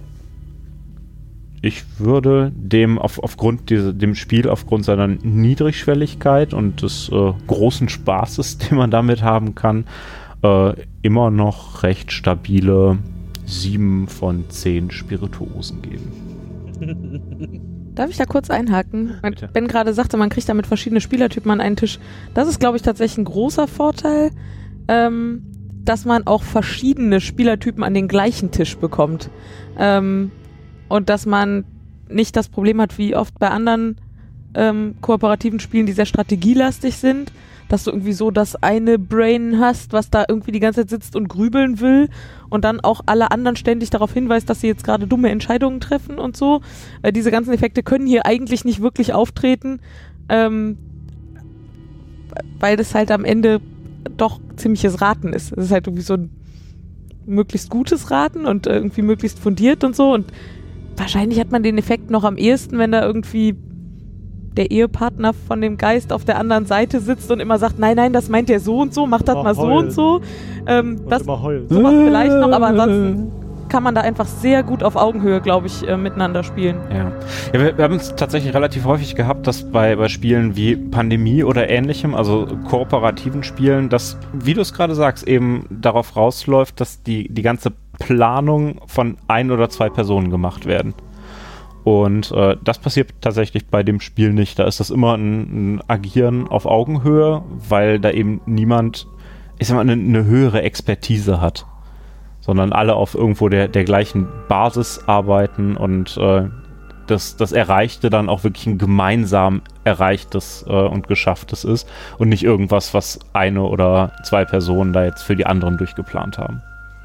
ich würde dem auf, aufgrund diese, dem Spiel, aufgrund seiner Niedrigschwelligkeit und des äh, großen Spaßes, den man damit haben kann, äh, immer noch recht stabile sieben von zehn Spirituosen geben. Darf ich da kurz einhaken? Bitte. Ben gerade sagte, man kriegt damit verschiedene Spielertypen an einen Tisch. Das ist, glaube ich, tatsächlich ein großer Vorteil, ähm, dass man auch verschiedene Spielertypen an den gleichen Tisch bekommt. Ähm, und dass man nicht das Problem hat, wie oft bei anderen ähm, kooperativen Spielen, die sehr strategielastig sind, dass du irgendwie so das eine Brain hast, was da irgendwie die ganze Zeit sitzt und grübeln will und dann auch alle anderen ständig darauf hinweist, dass sie jetzt gerade dumme Entscheidungen treffen und so. Äh, diese ganzen Effekte können hier eigentlich nicht wirklich auftreten, ähm, weil das halt am Ende doch ziemliches Raten ist. Es ist halt irgendwie so ein möglichst gutes Raten und äh, irgendwie möglichst fundiert und so und wahrscheinlich hat man den Effekt noch am ehesten, wenn da irgendwie der Ehepartner von dem Geist auf der anderen Seite sitzt und immer sagt, nein, nein, das meint der so und so, macht das Immer mal so heulen. und so. Ähm, Und das, immer heulen. sowas vielleicht noch, aber ansonsten kann man da einfach sehr gut auf Augenhöhe, glaube ich, äh, miteinander spielen. Ja, ja wir, wir haben es tatsächlich relativ häufig gehabt, dass bei, bei Spielen wie Pandemie oder ähnlichem, also kooperativen Spielen, dass, wie du es gerade sagst, eben darauf rausläuft, dass die, die ganze Planung von ein oder zwei Personen gemacht werden. Und äh, das passiert tatsächlich bei dem Spiel nicht. Da ist das immer ein, ein Agieren auf Augenhöhe, weil da eben niemand, ich sag mal, eine, eine höhere Expertise hat, sondern alle auf irgendwo der, der gleichen Basis arbeiten und äh, das, das Erreichte dann auch wirklich ein gemeinsam Erreichtes äh, und Geschafftes ist und nicht irgendwas, was eine oder zwei Personen da jetzt für die anderen durchgeplant haben.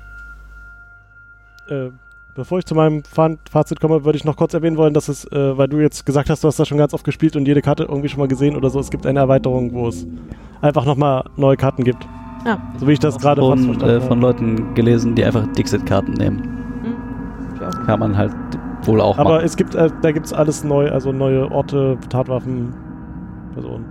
Äh, bevor ich zu meinem Fa- Fazit komme, würde ich noch kurz erwähnen wollen, dass es, äh, weil du jetzt gesagt hast, du hast das schon ganz oft gespielt und jede Karte irgendwie schon mal gesehen oder so, es gibt eine Erweiterung, wo es einfach nochmal neue Karten gibt. Ja. So wie ich das gerade fast Und verstanden äh, habe. von Leuten gelesen, die einfach Dixit-Karten nehmen. Hm. Ja. Kann man halt wohl auch Aber machen. es gibt, äh, da gibt es alles neu, also neue Orte, Tatwaffen, Personen.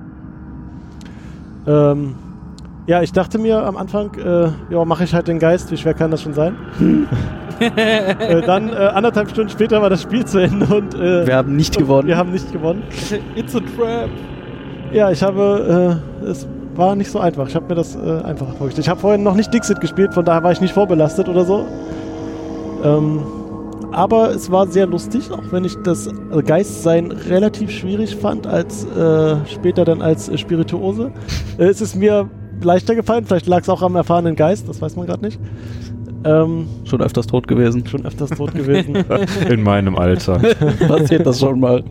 Ähm, ja, ich dachte mir am Anfang, äh, ja, mache ich halt den Geist, wie schwer kann das schon sein? äh, dann äh, anderthalb Stunden später war das Spiel zu Ende und äh, Wir haben nicht gewonnen. Wir haben nicht gewonnen. It's a trap. Ja, ich habe, äh, es war nicht so einfach. Ich habe mir das äh, einfacher vorgestellt. Ich habe vorhin noch nicht Dixit gespielt, von daher war ich nicht vorbelastet oder so. Ähm, aber es war sehr lustig, auch wenn ich das also Geistsein relativ schwierig fand, als äh, später dann als äh, Spirituose. Äh, es ist mir leichter gefallen, vielleicht lag es auch am erfahrenen Geist, das weiß man gerade nicht. Ähm, Schon öfters tot gewesen. schon öfters tot gewesen. In meinem Alter. Passiert das schon mal.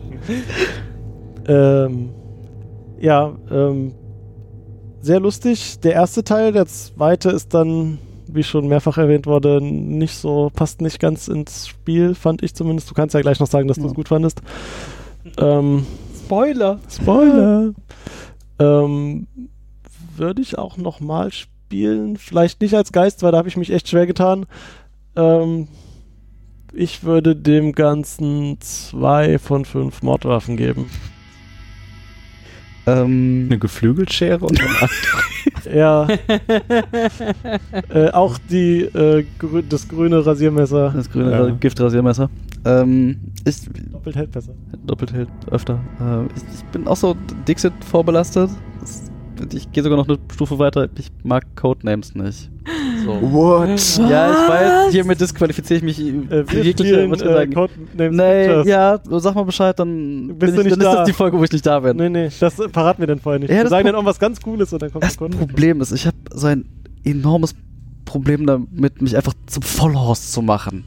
ähm, ja, ähm, sehr lustig. Der erste Teil, der zweite ist dann, wie schon mehrfach erwähnt wurde, nicht so, passt nicht ganz ins Spiel, fand ich zumindest. Du kannst ja gleich noch sagen, dass du es Ja. gut fandest. Ähm, Spoiler. Spoiler! Ähm, würde ich auch nochmal spielen. Vielleicht nicht als Geist, weil da habe ich mich echt schwer getan. Ähm, ich würde dem Ganzen zwei von fünf Mordwaffen geben. Ähm, Eine Geflügelschere und ein Ja. äh, auch die, äh, grü das grüne Rasiermesser. das grüne Ja. Giftrasiermesser. Ähm, ich Doppelt hält besser. doppelt hält öfter. Äh, ich, ich bin auch so Dixit vorbelastet. Das, ich gehe sogar noch eine Stufe weiter. Ich mag Codenames nicht. So. What? Ja, ich weiß, hiermit disqualifiziere ich mich Äh, für wir jegliche, spielen was wir äh, sagen. Codenames Nee, Pictures. ja, sag mal Bescheid, dann, Bist bin du ich, nicht dann da? ist das die Folge, wo ich nicht da bin. Nee, nee, das äh, verraten wir dann vorher nicht. Ja, wir das sagen Pro- dann irgendwas ganz Cooles und dann kommt Das der Code. Problem ist, ich habe so ein enormes Problem damit, mich einfach zum Vollhorst zu machen.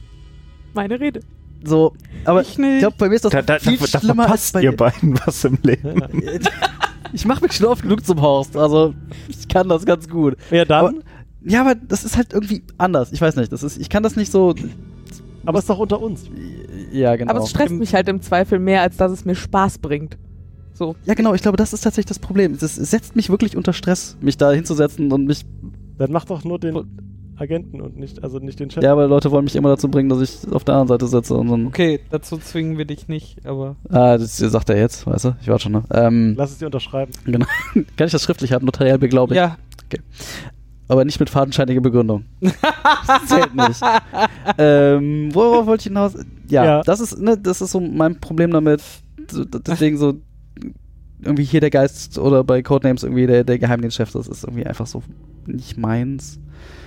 Meine Rede. So, aber Ich nicht. ich glaube, bei mir ist das Da, da, viel da, da schlimmer als verpasst bei ihr beiden was im Leben. Ja. Ich mache mich schon oft genug zum Horst, also ich kann das ganz gut. Ja, dann. Aber, ja, aber das ist halt irgendwie anders. Ich weiß nicht, das ist, ich kann das nicht so. Aber es ist doch unter uns. Ja, genau. Aber es stresst mich halt im Zweifel mehr, als dass es mir Spaß bringt. So. Ja, genau, ich glaube, das ist tatsächlich das Problem. Das setzt mich wirklich unter Stress, mich da hinzusetzen und mich. Dann mach doch nur den Agenten und nicht, also nicht den Chef. Ja, aber Leute wollen mich immer dazu bringen, dass ich auf der anderen Seite sitze und dann. Okay, dazu zwingen wir dich nicht, aber. Ah, das sagt er jetzt, weißt du? Ich warte schon, ne? Ähm, Lass es dir unterschreiben. genau. Kann ich das schriftlich haben? Notariell beglaubigt. Ja. Aber nicht mit fadenscheiniger Begründung. Das zählt nicht. ähm, worauf wollte ich hinaus? Ja, Ja. das ist, ne, das ist so mein Problem damit. So, d- deswegen so irgendwie hier der Geist oder bei Codenames irgendwie der, der Geheimdienstchef, das ist irgendwie einfach so nicht meins.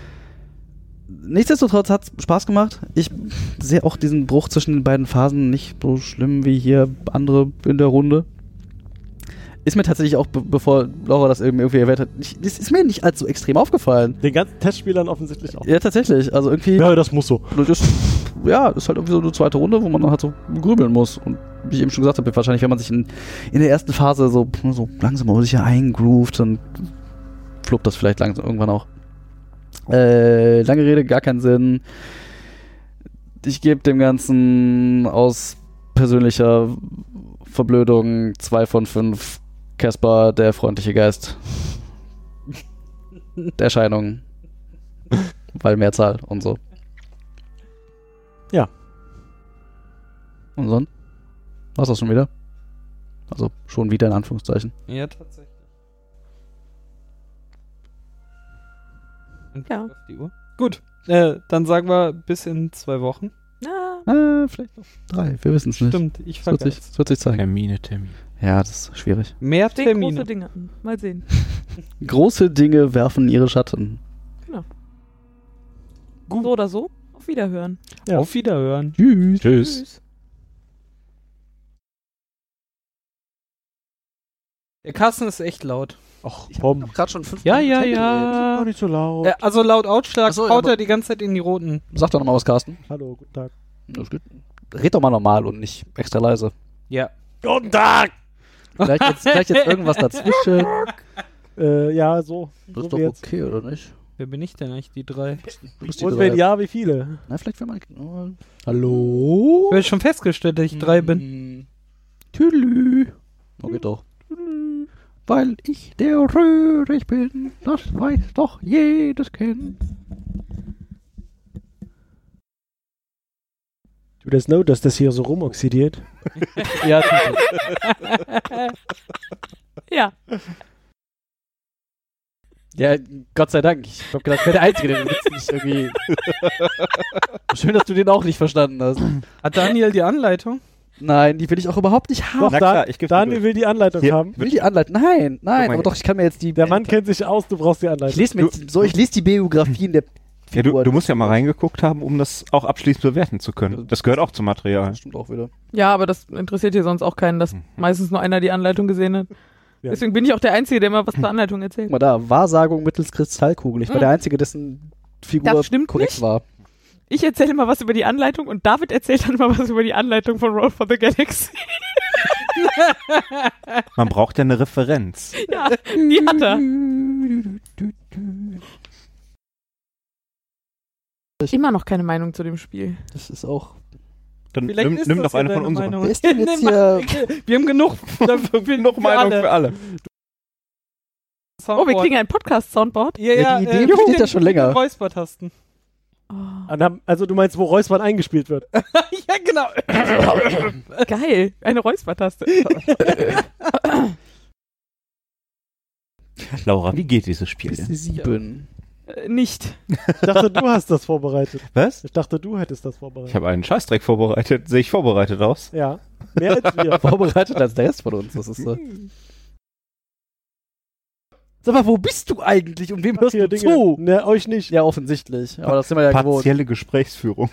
Nichtsdestotrotz hat es Spaß gemacht. Ich sehe auch diesen Bruch zwischen den beiden Phasen nicht so schlimm wie hier andere in der Runde. Ist mir tatsächlich auch, be bevor Laura das irgendwie erwähnt hat, nicht, das ist mir nicht allzu extrem aufgefallen. Den ganzen Testspielern offensichtlich auch. Ja, tatsächlich. Also irgendwie. Ja, das muss so. Das ist, ja, das ist halt irgendwie so eine zweite Runde, wo man dann halt so grübeln muss. Und wie ich eben schon gesagt habe, wahrscheinlich, wenn man sich in, in der ersten Phase so, so langsam aber sicher eingroovt, dann fluppt das vielleicht langsam irgendwann auch. Äh, lange Rede, gar keinen Sinn. Ich gebe dem Ganzen aus persönlicher Verblödung zwei von fünf. Casper, der freundliche Geist. Der Erscheinung. Weil Mehrzahl und so. Ja. Und sonst? War's das schon wieder? Also schon wieder in Anführungszeichen. Ja, tatsächlich. Und Ja. auf die Uhr. Gut, äh, dann sagen wir bis in zwei Wochen. Ah, Äh, vielleicht noch drei, wir wissen es nicht. Stimmt, ich Das wird, sich, vergesse. das wird sich zeigen. Termine, Termine. Ja, das ist schwierig. Mehr stehen Termine. große Dinge an. Mal sehen. Große Dinge werfen ihre Schatten. Gut. So oder so. Auf Wiederhören. Ja. Auf Wiederhören. Tschüss. Tschüss. Der Kasten ist echt laut. Ach, komm. Gerade schon fünf Ja, Minuten ja, Zeit ja. Doch nicht so laut. Äh, also laut Ausschlag Ach so, haut aber- er die ganze Zeit in die roten. geredet. Sag doch nochmal was, Carsten. Hallo, guten Tag. Das geht. Red doch mal normal und nicht extra leise. Ja. Guten Tag! Vielleicht jetzt, vielleicht jetzt irgendwas dazwischen. Äh, ja, so. Das so ist wie doch jetzt. okay, oder nicht? Wer bin ich denn eigentlich, die drei? Du bist die Und drei. wenn ja, wie viele? Na, vielleicht für mal. Oh. Hallo? Ich habe schon festgestellt, dass ich drei bin. bin. Tüdelü. Oh, geht doch. Weil ich der Röhrig bin, das weiß doch jedes Kind. Du das know, dass das hier so rumoxidiert? Ja, Ja. Ja, Gott sei Dank. Ich hab gedacht, ich wäre der Einzige, der den Witz nicht irgendwie... Schön, dass du den auch nicht verstanden hast. Hat Daniel die Anleitung? Nein, die will ich auch überhaupt nicht haben. Doch, Na Dan klar, ich geb Daniel dir will die Anleitung Hier. haben. Ich will die Anleitung. Nein, nein, mal aber hier. doch, ich kann mir jetzt die... Der Mann kennt sich aus, du brauchst die Ich Anleitung. lese mir jetzt, so, ich lese die Biografien der Ja, du, Figuren. du musst ja mal reingeguckt haben, um das auch abschließend bewerten zu können. Das gehört auch zum Material. Das stimmt auch wieder. Ja, aber das interessiert hier sonst auch keinen, dass Mhm. meistens nur einer die Anleitung gesehen hat. Ja. Deswegen bin ich auch der Einzige, der immer was zur Anleitung erzählt. Guck mal da, Wahrsagung mittels Kristallkugel. Ich war Hm. der Einzige, dessen Figur Das stimmt korrekt nicht. war. Ich erzähle immer was über die Anleitung und David erzählt dann immer was über die Anleitung von Roll for the Galaxy. Man braucht ja eine Referenz. Ja, die hat er. Immer noch keine Meinung zu dem Spiel. Das ist auch... Dann Vielleicht nimm, ist nimm das doch ja eine von deine unseren. Meinung. Wer ist denn jetzt Nimm mal- hier... Wir haben genug. Für, Noch Meinung für alle. Oh, wir kriegen ein Podcast-Soundboard. Ja, Ja, ja, die Idee äh, besteht mit ja den- schon länger. mit den Räuspertasten. Oh, Also du meinst, wo Räuspern eingespielt wird? Ja, genau. geil, eine Räuspertaste. Laura, wie geht dieses Spiel Ist denn? die sieben. Äh, nicht. Ich dachte, du hast das vorbereitet. Was? Ich dachte, du hättest das Ich vorbereitet. habe einen Scheißdreck vorbereitet. Sehe ich vorbereitet aus? Ja, mehr als wir. Vorbereitet als der Rest von uns. Das ist so. Sag mal, wo bist du eigentlich und wem hörst Hier du Dinge. zu? Ne, euch nicht. Ja, offensichtlich. Aber das sind wir ja gewohnt. Partielle Gesprächsführung.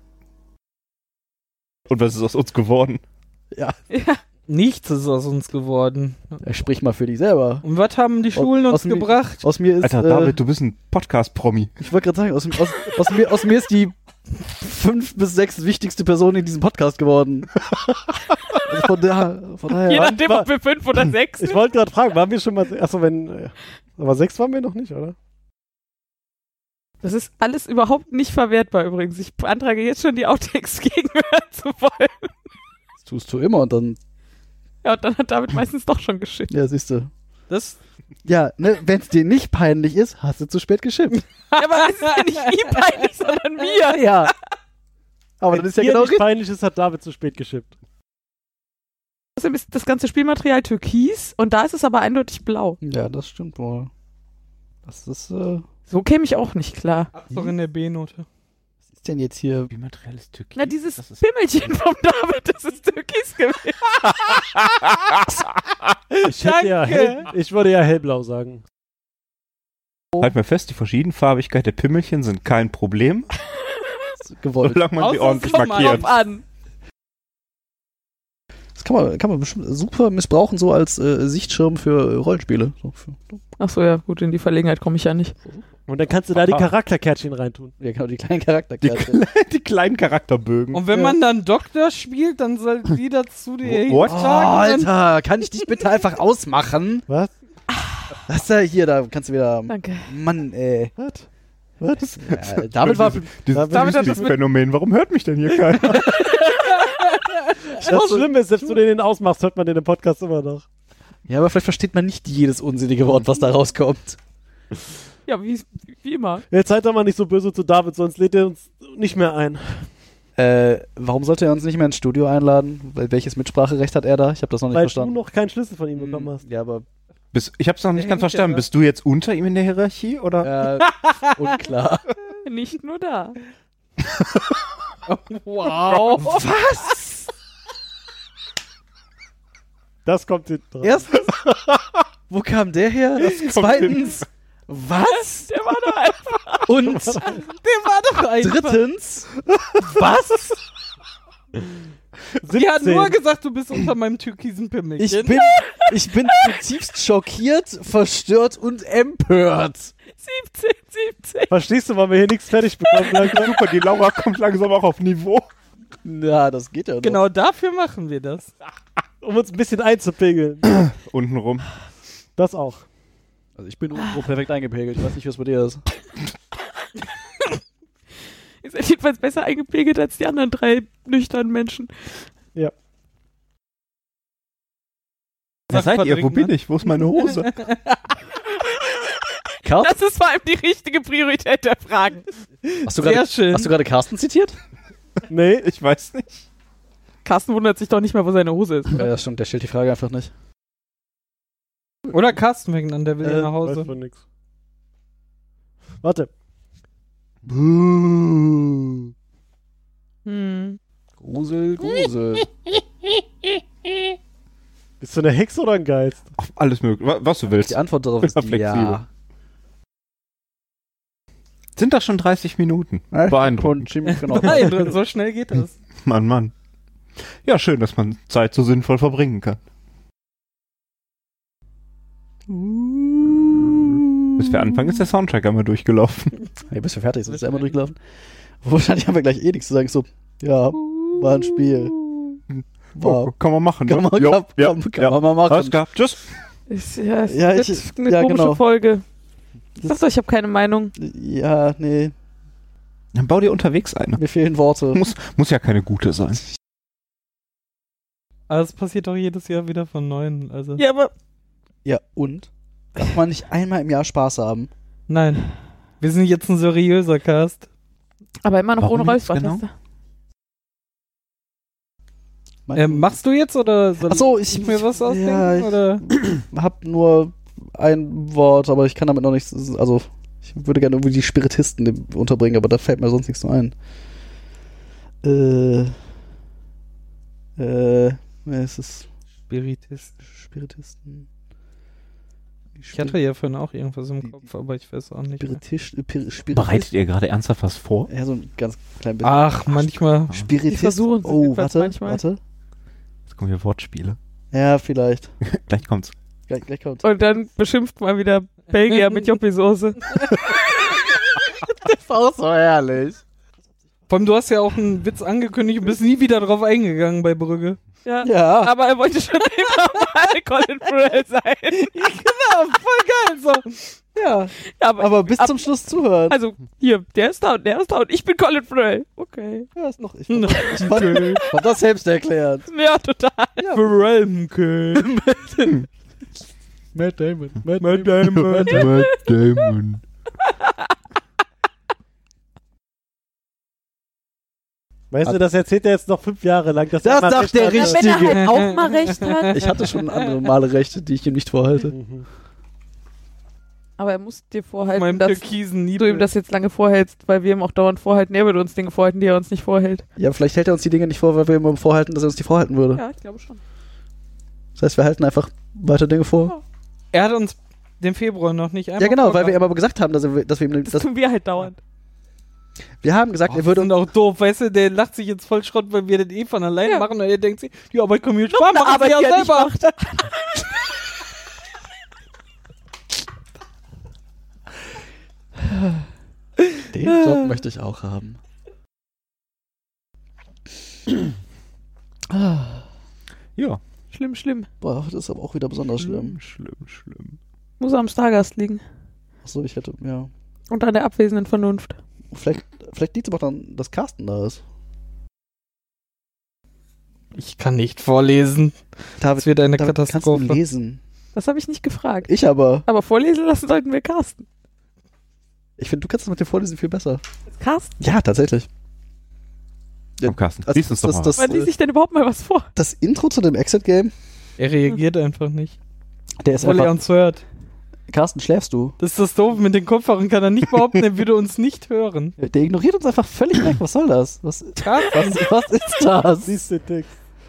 Und was ist aus uns geworden? Ja. Nichts ist aus uns geworden. Ja, sprich mal für dich selber. Und was haben die Schulen Aus- uns aus mir- gebracht? Aus mir ist... Alter, äh, David, du bist ein Podcast-Promi. Ich wollte gerade sagen, aus, aus, aus, mir, aus mir ist die fünf bis sechs wichtigste Person in diesem Podcast geworden. Also von, der, von daher... Je Ja, nachdem, war- ob wir fünf oder sechs Ich sind. wollte gerade fragen, waren wir schon mal... Achso, wenn... äh, Aber sechs waren wir noch nicht, oder? Das ist alles überhaupt nicht verwertbar übrigens. Ich beantrage jetzt schon die Outtakes gegenhören zu wollen. Das tust du immer und dann... Ja, und dann hat David meistens doch schon geschickt. Ja, siehst du. Das, Ja, ne, wenn es dir nicht peinlich ist, hast du zu spät geschippt. Ja, aber es ist ja nicht ihm peinlich, sondern mir. Ja. Aber dann Wenn ist ja dir genau nicht richtig. peinlich ist, hat David zu spät geschippt. Außerdem ist das ganze Spielmaterial türkis und da ist es aber eindeutig blau. Ja, das stimmt wohl. Das ist, äh, So käme ich auch nicht klar. doch in der B-Note. was ist denn jetzt hier? Wie Material ist Türkis? Na, dieses Das ist- Pimmelchen vom David, das ist türkis gewesen. Ich, hätte ja hell, ich würde ja hellblau sagen. Halt mal fest, die Verschiedenfarbigkeit der Pimmelchen sind kein Problem, Gewollt. solange man sie Außer ordentlich es kommt mal markiert. Drauf an. Das kann man, kann man bestimmt super missbrauchen, so als äh, Sichtschirm für äh, Rollenspiele. So, für, Achso, ja, gut, in die Verlegenheit komme ich ja nicht. Und dann kannst du da die Aha. Charakterkärtchen reintun. ja, genau, die kleinen Die, Charakterkärtchen. die kleinen Charakterbögen. Und wenn Ja. man dann Doktor spielt, dann soll sie dazu die What? Oh, tragen. Alter, kann ich dich bitte einfach ausmachen? Was? Das ist ja hier, da kannst du wieder... Danke. Mann, ey. Was? Was? Ja, damit war... Dieses David hat das mit- Phänomen, warum hört mich denn hier keiner? Das Schlimme ist, selbst wenn du den ausmachst, hört man den im Podcast immer noch. Ja, aber vielleicht versteht man nicht jedes unsinnige Wort, was da rauskommt. Ja, wie, wie immer. Jetzt seid doch mal nicht so böse zu David, sonst lädt er uns nicht mehr ein. Äh, warum sollte er uns nicht mehr ins Studio einladen? Weil welches Mitspracherecht hat er da? Ich habe das noch nicht Weil verstanden. du noch keinen Schlüssel von ihm bekommen hast. Ja, aber Bist, ich hab's noch nicht Der ganz hängt ja verstanden. da. Bist du jetzt unter ihm in der Hierarchie, oder? äh, unklar. Nicht nur da. Wow. Was? Das kommt hinten dran. Erstens, wo kam der her? Zweitens, was? Der war da einfach. Und Der war doch einfach. drittens, was? Die hat siebzehn. nur gesagt, du bist unter meinem türkisen Ich Pimmelchen. bin, ich bin zutiefst schockiert, verstört und empört. siebzehn, siebzehn. Verstehst du, weil wir hier nichts fertig bekommen langsam? Super, die Laura kommt langsam auch auf Niveau. Ja, das geht ja noch. Genau dafür machen wir das. Um uns ein bisschen einzupegeln. Untenrum. Das auch. Also ich bin irgendwo perfekt eingepegelt. Ich weiß nicht, was bei dir ist. Ihr seid jedenfalls besser eingepegelt als die anderen drei nüchternen Menschen. Wer Sag seid ihr? Wo verdrücken, bin ich? Wo ist meine Hose? Carsten? Das ist vor allem die richtige Priorität der Fragen. Hast du Sehr gerade schön. hast du gerade Carsten zitiert? Nee, Ich weiß nicht. Carsten wundert sich doch nicht mehr, wo seine Hose ist. Ja, das stimmt, der stellt die Frage einfach nicht. Oder Carsten fängt an, der will Äh, ja nach weiß Hause. von nix. Warte. Buh. Hm. Grusel, Grusel. Bist du eine Hexe oder ein Geist? Ach, alles möglich. Wa- Was du willst. Die Antwort darauf ist Flexibel. ja. Sind das schon dreißig Minuten? Beeindruckend. Ziemlich genau. Nein, so schnell geht das. Mann, Mann. Ja, schön, dass man Zeit so sinnvoll verbringen kann. Bis wir anfangen, ist der Soundtrack einmal durchgelaufen. Hey, bis wir fertig sind, ist ja immer durchgelaufen. Wahrscheinlich haben wir gleich eh nichts zu sagen. So, ja, war ein Spiel. Wow. Oh, kann man machen, Kann ne? man, Jo, kann, ja, kann, kann ja. man mal machen. Alles klar, tschüss. Ist, ja, es Ja, wird ich- eine ja, komische genau. Folge. Ich sag doch, ich habe keine Meinung. Ja, nee, Dann bau dir unterwegs eine. mir fehlen Worte. Muss, muss ja keine gute sein. Aber es passiert doch jedes Jahr wieder von Neuem. Also. Ja, aber Ja, und? Darf man nicht einmal im Jahr Spaß haben? Nein. Wir sind jetzt ein seriöser Cast. Aber immer noch Warum ohne jetzt genau? Räuspertaste. Ähm, machst du jetzt oder soll Ach so, ich- ich mir was ausdenken? ja, ich- oder? hab nur ein Wort, aber ich kann damit noch nichts. Also, ich würde gerne irgendwie die Spiritisten unterbringen, aber da fällt mir sonst nichts mehr ein. Äh. Äh. Es ist Spiritist. Spiritisten. Ich hatte ja vorhin auch irgendwas im Kopf, aber ich weiß auch nicht. Mehr. Spiritist, äh, Pir- Spiritist. Bereitet ihr gerade ernsthaft was vor? Ja, so ein ganz klein bisschen. Ach, manchmal. Spiritist. Die versuchen's Oh, jedenfalls warte, manchmal. warte. Jetzt kommen hier Wortspiele. Ja, vielleicht. Gleich kommt's. Gleich, gleich kommt. Und dann beschimpft man wieder Belgier mit Joppi-Soße. Das war auch so herrlich. Vor allem, du hast ja auch einen Witz angekündigt und bist nie wieder drauf eingegangen bei Brügge. Ja. Ja. Aber er wollte schon immer mal Colin Farrell sein. Genau, voll geil. So. Ja. Ja, aber, Aber bis ab- zum Schluss zuhören. Also, hier, der ist da und der ist da und ich bin Colin Farrell. Okay. Ja, ist noch. Ich fand, ich fand, ich fand das selbst erklärt. Ja, total. Farrell, okay. Matt Damon. Matt Damon. Matt Damon. Weißt du, das erzählt er jetzt noch fünf Jahre lang. Dass Das er mal sagt recht der hat. Ja, Richtige. wenn er halt auch mal recht hat. Ich hatte schon andere Male Rechte, die ich ihm nicht vorhalte. Mhm. Aber er muss dir Auf vorhalten, meinem dass türkisen du ihm Niebel. das jetzt lange vorhältst, weil wir ihm auch dauernd vorhalten. Er würde uns Dinge vorhalten, die er uns nicht vorhält. Ja, vielleicht hält er uns die Dinge nicht vor, weil wir ihm vorhalten, dass er uns die vorhalten würde. Ja, ich glaube schon. Das heißt, wir halten einfach weiter Dinge vor. Er hat uns den Februar noch nicht einmal Ja, genau, weil wir ihm vorgehabt. aber gesagt haben, dass, er, dass wir ihm. Das Dass, tun wir halt dauernd. wir haben gesagt, Oh, er würde wir sind auch doof, weißt du, der lacht sich jetzt voll Schrott, weil wir das eh von alleine Ja. machen und er denkt sich, die Arbeit kann mir Spaß eine machen, Arbeit, sie ja die er nicht selber. macht. Den Job möchte ich auch haben. Ja. Schlimm, schlimm. Boah, das ist aber auch wieder besonders schlimm. schlimm, schlimm. Muss am Stargast liegen. Achso, ich hätte, ja. Und an der abwesenden Vernunft. Vielleicht, vielleicht liegt es aber daran, dass Carsten da ist. Ich kann nicht vorlesen. Das wird eine David, kannst du Katastrophe. lesen? Das habe ich nicht gefragt. Ich aber. Aber vorlesen lassen sollten wir Carsten. Ich finde, du kannst das mit dem Vorlesen viel besser. Carsten? Ja, tatsächlich. Komm, Carsten, Also, lies uns doch das- mal das- was. Wann liest sich denn überhaupt mal was vor? Das Intro zu dem Exit-Game, Er reagiert einfach nicht. der ist Obwohl er einfach... uns hört. Carsten, schläfst du? Das ist das doof, mit den Kopfhörern kann er nicht behaupten, er würde uns nicht hören. Der ignoriert uns einfach völlig weg. Was soll das? Was, was, was ist das? Siehst du den Text?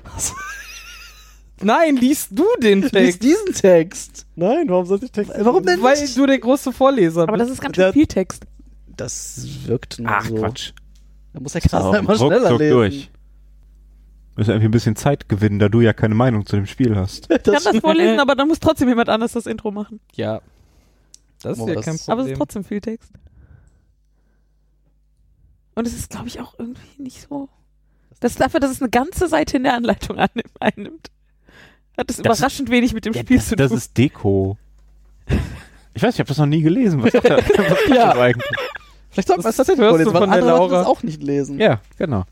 Nein, liest du den Lies Text. diesen Text. Nein, warum sollte ich Text? Warum denn Weil nicht? du der große Vorleser Aber bist. das ist ganz Der- schön viel Text. Das wirkt nur Ach, so. Quatsch. Da muss der Carsten Aber immer schneller ruckzuck lesen. durch. Müssen irgendwie ein bisschen Zeit gewinnen, da du ja keine Meinung zu dem Spiel hast. Ich kann das vorlesen, aber dann muss trotzdem jemand anders das Intro machen. Ja. Das ist Oh, ja das- kein Aber Aber es Problem. ist trotzdem viel Text. Und es ist, glaube ich, auch irgendwie nicht so. Das ist dafür, dass es eine ganze Seite in der Anleitung annimm- einnimmt. Hat es Das- überraschend wenig mit dem Spiel das, zu das tun. ist Deko. Ich weiß, ich habe das noch nie gelesen. Was sagt er- was sagt Ja. er eigentlich? Vielleicht sollten wir es Das tatsächlich hörst vorlesen, du weil von der andere Leute Laura. das auch nicht lesen. Ja, genau.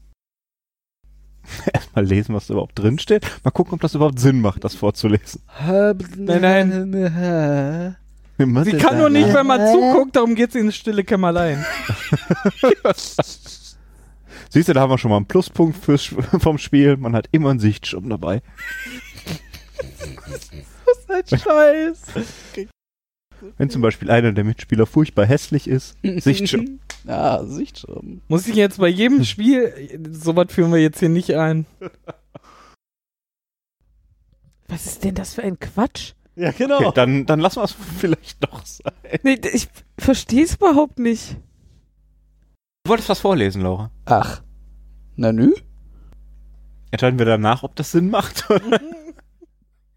Erstmal lesen, was da überhaupt drin steht. Mal gucken, ob das überhaupt Sinn macht, das vorzulesen. Nein, nein. Sie kann nur nicht, wenn man zuguckt, darum geht sie ins stille Kämmerlein. Siehst du, da haben wir schon mal einen Pluspunkt fürs, vom Spiel. Man hat immer einen Sichtschirm dabei. Das ist ein Scheiß. Wenn zum Beispiel einer der Mitspieler furchtbar hässlich ist, Sichtschirm. Ah, Sichtschirm. Muss ich jetzt bei jedem Spiel, sowas führen wir jetzt hier nicht ein. Was ist denn das für ein Quatsch? Ja, genau. Okay, dann, dann lassen wir es vielleicht doch sein. Nee, ich verstehe es überhaupt nicht. Du wolltest was vorlesen, Laura. Ach. Na nü? Entscheiden wir danach, ob das Sinn macht.